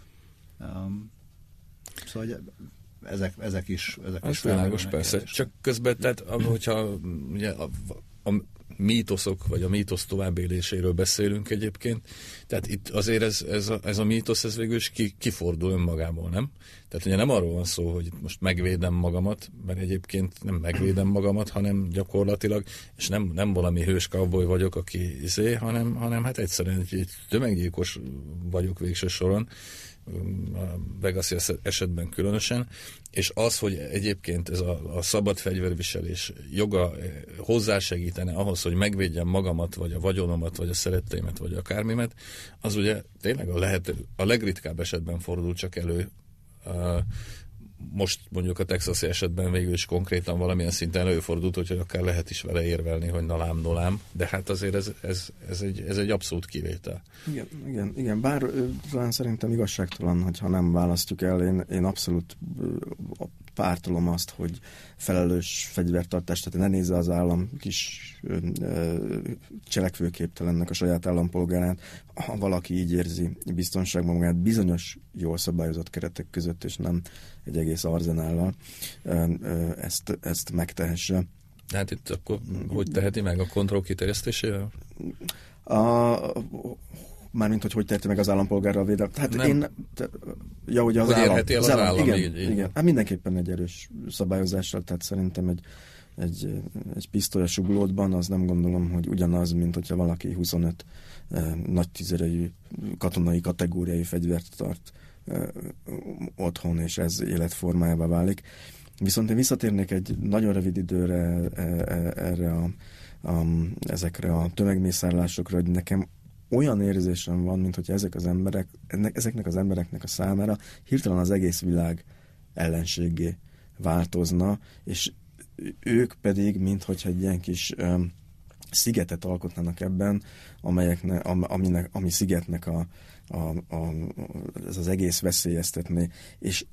Szóval ezek, ezek is ezek az is világos, persze. kérdés. Csak közben, tehát hogyha ugye, a, a mítoszok, vagy a mítosz továbbéléséről beszélünk egyébként, tehát itt azért ez, ez, a, ez a mítosz, ez végül is ki, kifordul önmagából, nem? Tehát ugye nem arról van szó, hogy most megvédem magamat, mert egyébként nem megvédem magamat, hanem gyakorlatilag, és nem, nem valami hős cowboy vagyok, aki izé, hanem, hanem hát egyszerűen egy, egy tömeggyilkos vagyok végső soron, a Vegas esetben különösen, és az, hogy egyébként ez a, a szabad fegyverviselés joga hozzásegítene ahhoz, hogy megvédjem magamat, vagy a vagyonomat, vagy a szeretteimet, vagy akármimet, az ugye tényleg a, lehet, a legritkább esetben fordul csak elő. Most mondjuk a texasi esetben végül is konkrétan valamilyen szinten előfordult, hogy akár lehet is vele érvelni, hogy na lám, no lám, de hát azért ez, ez, ez, egy, ez egy abszolút kivétel. Igen, igen, igen. Bár talán szerintem igazságtalan, hogyha nem választjuk el, én, én abszolút pártolom azt, hogy felelős fegyvertartást, tehát ne nézze az állam kis cselekvőképtelennek a saját állampolgárát, ha valaki így érzi biztonságban magát bizonyos jól szabályozott keretek között, és nem egy egész arzenállal ezt, ezt megtehesse. Hát itt akkor hogy teheti meg a kontroll kiterjesztésével? A, mármint, hogy hogy teheti meg az állampolgárral védelmet. Hát nem. én... Te, ja, ugye az hogy állam, érheti el az az állam, állam, igen, így, így. igen. Hát mindenképpen egy erős szabályozással, tehát szerintem egy, egy, egy pisztoly a suglódban, az nem gondolom, hogy ugyanaz, mint hogyha valaki huszonöt eh, nagy tüzerejű katonai kategóriai fegyvert tart eh, otthon, és ez életformájába válik. Viszont én visszatérnék egy nagyon rövid időre erre a, a, ezekre a tömegmészárlásokra, hogy nekem olyan érzésem van, mint hogyha ezek az emberek, ennek, ezeknek az embereknek a számára hirtelen az egész világ ellenségé változna, és ők pedig, mint hogyha egy ilyen kis um, szigetet alkotnának ebben, amelyekne, am, aminek, ami szigetnek a, a, a, ez az egész veszélyeztetné. És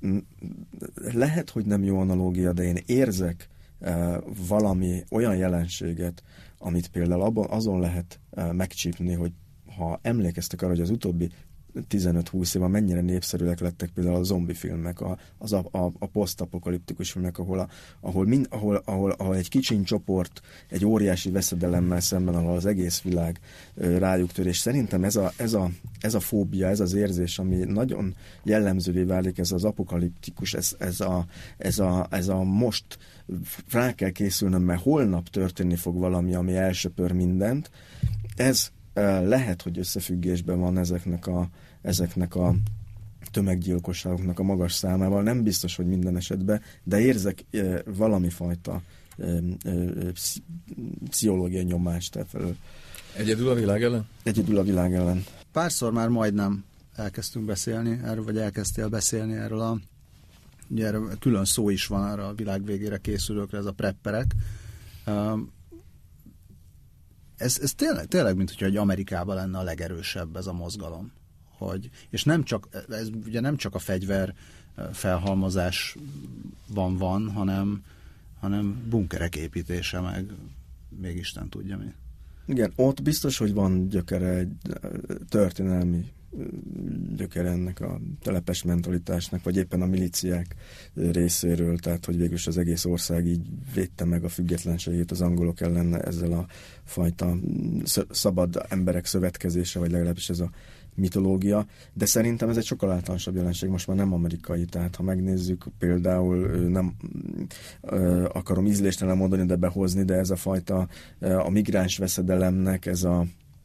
lehet, hogy nem jó analógia, de én érzek uh, valami olyan jelenséget, amit például abban, azon lehet uh, megcsípni, hogy ha emlékeztek arra, hogy az utóbbi tizenöt-húsz évben mennyire népszerűek lettek például a zombi filmek, a, az a, a, a posztapokaliptikus filmek, ahol, a, ahol, mind, ahol, ahol, ahol egy kicsiny csoport egy óriási veszedelemmel szemben, ahol az egész világ ö, rájuk tör, és szerintem ez a, ez, a, ez a fóbia, ez az érzés, ami nagyon jellemzővé válik, ez az apokaliptikus, ez, ez, a, ez, a, ez a most rá kell készülnöm, mert holnap történni fog valami, ami elsöpör mindent, ez lehet, hogy összefüggésben van ezeknek a, ezeknek a tömeggyilkosságoknak a magas számával. Nem biztos, hogy minden esetben, de érzek e, valami fajta e, e, pszichológiai nyomást efelől. Egyedül a világ ellen? Egyedül a világ ellen. Párszor már majdnem elkezdtünk beszélni erről, vagy elkezdtél beszélni erről a... Ugye erről külön szó is van arra a világ végére készülőkre, ez a prepperek. Um, Ez, ez tényleg, tényleg, mint hogyha egy Amerikában lenne a legerősebb ez a mozgalom. Hogy, és nem csak, ez ugye nem csak a fegyver felhalmozásban van, hanem, hanem bunkerek építése, meg még Isten tudja mi. Igen, ott biztos, hogy van gyökere, egy történelmi gyökere ennek a telepes mentalitásnak, vagy éppen a milíciák részéről, tehát hogy végülis az egész ország így védte meg a függetlenségét az angolok ellen ezzel a fajta szabad emberek szövetkezése, vagy legalábbis ez a, mitológia, de szerintem ez egy sokkal általánosabb jelenség, most már nem amerikai, tehát ha megnézzük, például nem ö, akarom ízléstelen mondani, de behozni, de ez a fajta a migráns veszedelemnek ez a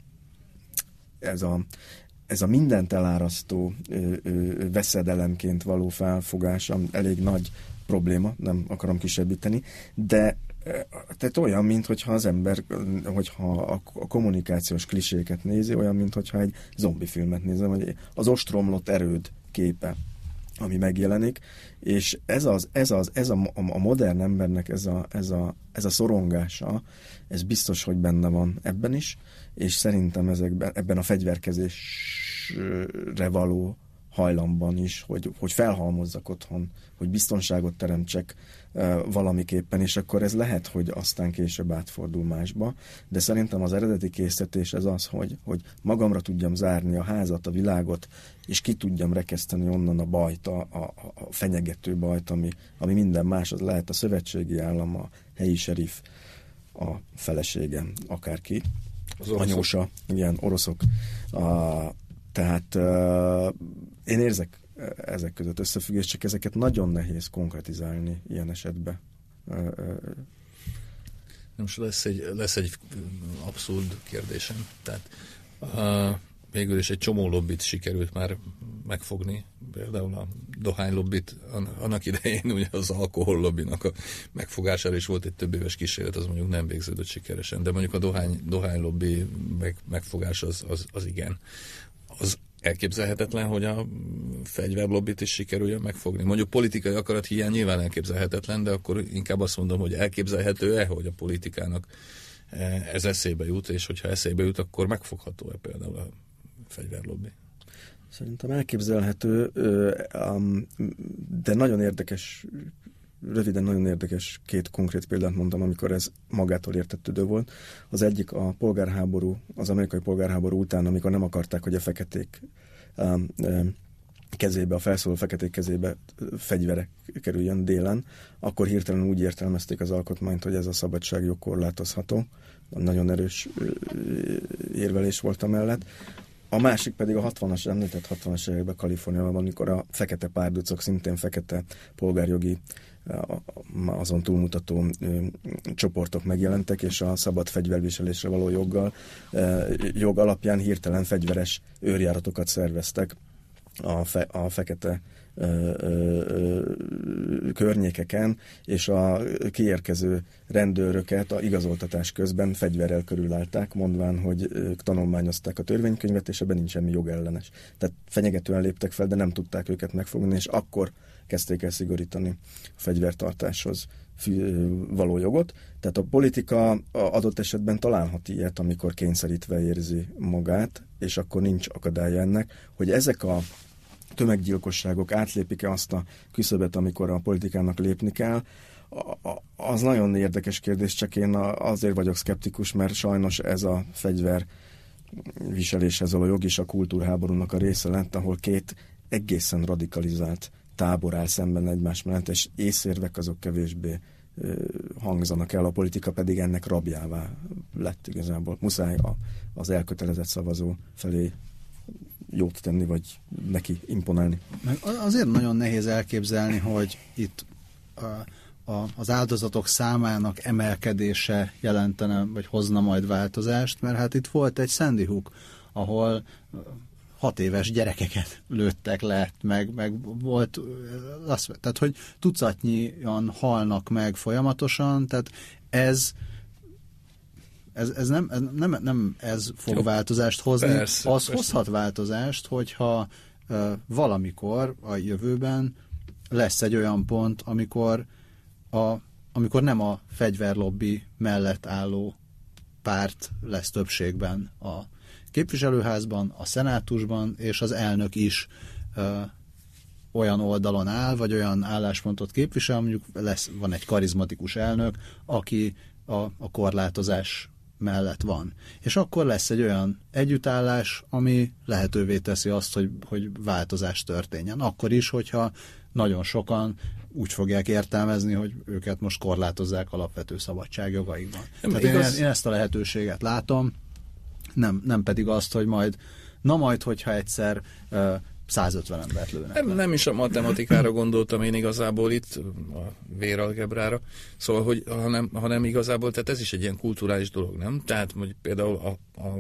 ez a ez a mindent elárasztó ö, ö, veszedelemként való felfogása elég nagy probléma, nem akarom kisebbíteni, de tehát olyan, mintha az ember, hogyha a kommunikációs kliséket nézi, olyan, mintha egy zombi filmet nézem, vagy az ostromlott erőd képe, ami megjelenik, és ez, az, ez, az, ez a, a modern embernek ez a, ez, a, ez a szorongása, ez biztos, hogy benne van ebben is, és szerintem ezekben, ebben a fegyverkezésre való hajlamban is, hogy, hogy felhalmozzak otthon, hogy biztonságot teremtsek uh, valamiképpen, és akkor ez lehet, hogy aztán később átfordul másba, de szerintem az eredeti készítés ez az, hogy, hogy magamra tudjam zárni a házat, a világot, és ki tudjam rekeszteni onnan a bajt, a, a, a fenyegető bajt, ami, ami minden más, az lehet a szövetségi állam, a helyi serif, a feleségem, akárki, az anyósa, igen, oroszok, a Tehát uh, én érzek ezek között összefüggést, csak ezeket nagyon nehéz konkretizálni ilyen esetben. Uh, uh. Most lesz egy, lesz egy abszurd kérdésem. Tehát uh, végül is egy csomó lobbit sikerült már megfogni, például a dohánylobbit, annak idején ugye az alkohol lobbinak a megfogására is volt egy több éves kísérlet, az mondjuk nem végződött sikeresen, de mondjuk a dohány, dohánylobbi meg, megfogás az, az, az igen. Az elképzelhetetlen, hogy a fegyverlobbit is sikerüljön megfogni. Mondjuk politikai akarat hiány nyilván elképzelhetetlen, de akkor inkább azt mondom, hogy elképzelhető-e, hogy a politikának ez eszébe jut, és hogyha eszébe jut, akkor megfogható-e például a fegyverlobbi? Szerintem elképzelhető, de nagyon érdekes, röviden nagyon érdekes két konkrét példát mondtam, amikor ez magától értetődő volt. Az egyik a polgárháború, az amerikai polgárháború után, amikor nem akarták, hogy a feketék um, um, kezébe, a felszóló feketék kezébe fegyverek kerüljön délen, akkor hirtelen úgy értelmezték az alkotmányt, hogy ez a szabadságjog korlátozható. Nagyon erős érvelés volt amellett. A másik pedig a hatvanas, említett hatvanas években Kaliforniában, amikor a fekete párducok, szintén fekete polgárjogi, azon túlmutató csoportok megjelentek, és a szabad fegyverviselésre való joggal, jog alapján hirtelen fegyveres őrjáratokat szerveztek a, fe, a fekete ö, ö, ö, környékeken, és a kiérkező rendőröket a igazoltatás közben fegyverrel körülállták, mondván, hogy ők tanulmányozták a törvénykönyvet, és ebben nincs semmi jogellenes. Tehát fenyegetően léptek fel, de nem tudták őket megfogni, és akkor kezdték el szigorítani a fegyvertartáshoz való jogot. Tehát a politika adott esetben találhat ilyet, amikor kényszerítve érzi magát, és akkor nincs akadálya ennek, hogy ezek a tömeggyilkosságok átlépik-e azt a küszöbet, amikor a politikának lépni kell, az nagyon érdekes kérdés, csak én azért vagyok szkeptikus, mert sajnos ez a fegyver viseléshez való jog is a kultúrháborúnak a része lett, ahol két egészen radikalizált tábor áll szemben egymás mellett, és észérvek azok kevésbé hangzanak el, a politika pedig ennek rabjává lett igazából. Muszáj a, az elkötelezett szavazó felé jót tenni, vagy neki imponálni. Meg azért nagyon nehéz elképzelni, hogy itt a, a, az áldozatok számának emelkedése jelentene, vagy hozna majd változást, mert hát itt volt egy Sandy Hook, ahol hat éves gyerekeket lőttek le, meg, meg volt, azt, tehát hogy tucatnyian halnak meg folyamatosan, tehát ez ez, ez, nem, ez nem, nem ez fog Jó, változást hozni, persze, az persze. hozhat változást, hogyha uh, valamikor a jövőben lesz egy olyan pont, amikor, a, amikor nem a fegyverlobbi mellett álló párt lesz többségben a képviselőházban, a szenátusban, és az elnök is ö, olyan oldalon áll, vagy olyan álláspontot képvisel, mondjuk lesz, van egy karizmatikus elnök, aki a, a korlátozás mellett van. És akkor lesz egy olyan együttállás, ami lehetővé teszi azt, hogy, hogy változás történjen. Akkor is, hogyha nagyon sokan úgy fogják értelmezni, hogy őket most korlátozzák alapvető szabadságjogaikban. Tehát igaz... én, én ezt a lehetőséget látom, Nem, nem pedig azt, hogy majd na majd, hogyha egyszer uh, százötven embert lőnek. Nem, nem is a matematikára gondoltam én igazából itt, a véralgebrára, szóval, hogy, hanem, hanem igazából, tehát ez is egy ilyen kulturális dolog, nem? Tehát, hogy például a, a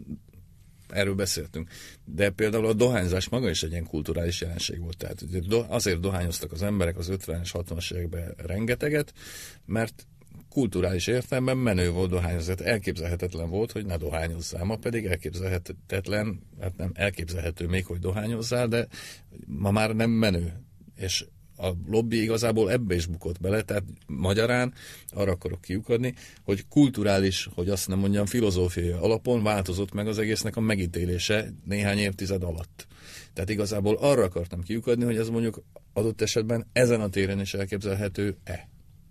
erről beszéltünk. De például a dohányzás maga is egy ilyen kulturális jelenség volt. Tehát azért dohányoztak az emberek az ötvenes, hatvanas években rengeteget, mert kulturális értelemben menő volt dohányozni. Elképzelhetetlen volt, hogy ne dohányozzál. Ma pedig elképzelhetetlen, hát nem elképzelhető még, hogy dohányozzál, de ma már nem menő. És a lobby igazából ebbe is bukott bele, tehát magyarán arra akarok kiukadni, hogy kulturális, hogy azt nem mondjam, filozófiai alapon változott meg az egésznek a megítélése néhány évtized alatt. Tehát igazából arra akartam kiukadni, hogy ez mondjuk adott esetben ezen a téren is elképzelhető-e.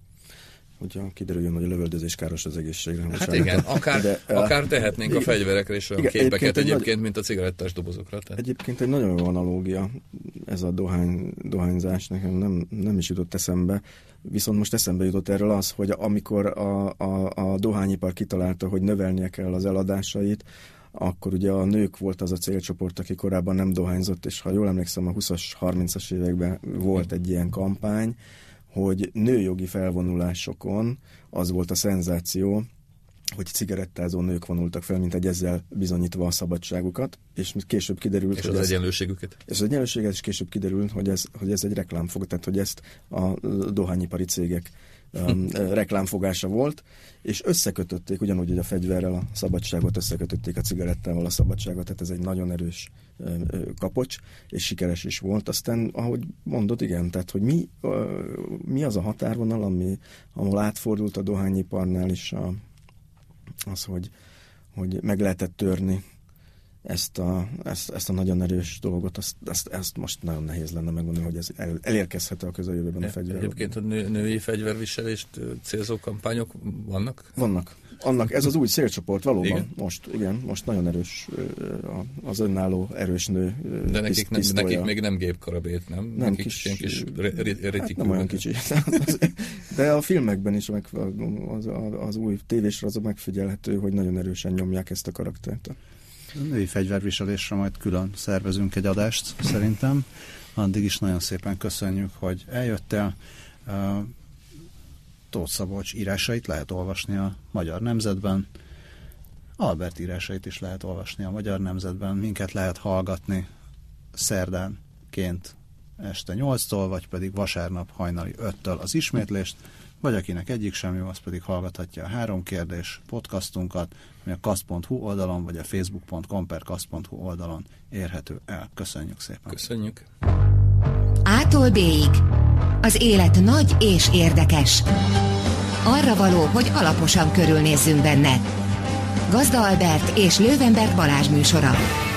Hogyha kiderüljön, hogy a lövöldözés káros az egészségre. Hát igen, akár, de, akár tehetnénk igen, a fegyverekre is olyan igen, képeket egyébként, egyébként nagy, mint a cigarettás dobozokra. Tehát. Egyébként egy nagyon jó analógia ez a dohány, dohányzás, nekem nem, nem is jutott eszembe, viszont most eszembe jutott erről az, hogy amikor a, a, a dohányipar kitalálta, hogy növelnie kell az eladásait, akkor ugye a nők volt az a célcsoport, aki korábban nem dohányzott, és ha jól emlékszem, a huszas, harmincas években volt egy ilyen kampány, hogy nőjogi felvonulásokon az volt a szenzáció, hogy cigarettázó nők vonultak fel, mint egy ezzel bizonyítva a szabadságukat, és később kiderült, és hogy az ez, egyenlőségüket. És az egyenlőséget is később kiderült, hogy ez, hogy ez egy reklámfog, tehát hogy ezt a dohányipari cégek um, reklámfogása volt, és összekötötték, ugyanúgy, hogy a fegyverrel a szabadságot, összekötötték a cigarettával a szabadságot, tehát ez egy nagyon erős uh, kapocs, és sikeres is volt. Aztán, ahogy mondod, igen, tehát, hogy mi, uh, mi az a határvonal, ami, ahol átfordult a dohányiparnál is a az, hogy, hogy meg lehetett törni ezt a, ezt, ezt a nagyon erős dolgot, azt, ezt, ezt most nagyon nehéz lenne megmondani, hogy ez el, elérkezhet a közeljövőben a fegyver. Egyébként a nő, női fegyverviselést célzó kampányok vannak? Vannak. Annak, ez az új célcsoport valóban. Igen? Most, igen, most nagyon erős az önálló erős nő. De nekik, nem, nekik még nem gépkarabét, nem? Nem nekik kis, ilyen kis retikül. Hát nem olyan kicsi. De a filmekben is meg, az, az új tévésorozat megfigyelhető, hogy nagyon erősen nyomják ezt a karaktert. A női fegyverviselésre majd külön szervezünk egy adást, szerintem. Addig is nagyon szépen köszönjük, hogy eljöttél. Tóth Szabolcs írásait lehet olvasni a Magyar Nemzetben. Albert írásait is lehet olvasni a Magyar Nemzetben. Minket lehet hallgatni szerdánként este nyolctól, vagy pedig vasárnap hajnali öttől az ismétlést, vagy akinek egyik sem jó, az pedig hallgathatja a Három Kérdés podcastunkat, ami a kaszt pont hu oldalon, vagy a facebook pont com per kaszt pont hu oldalon érhető el. Köszönjük szépen! Köszönjük! A-tól B-ig. Az élet nagy és érdekes. Arra való, hogy alaposan körülnézzünk benne. Gazda Albert és Löwenberg Balázs műsora.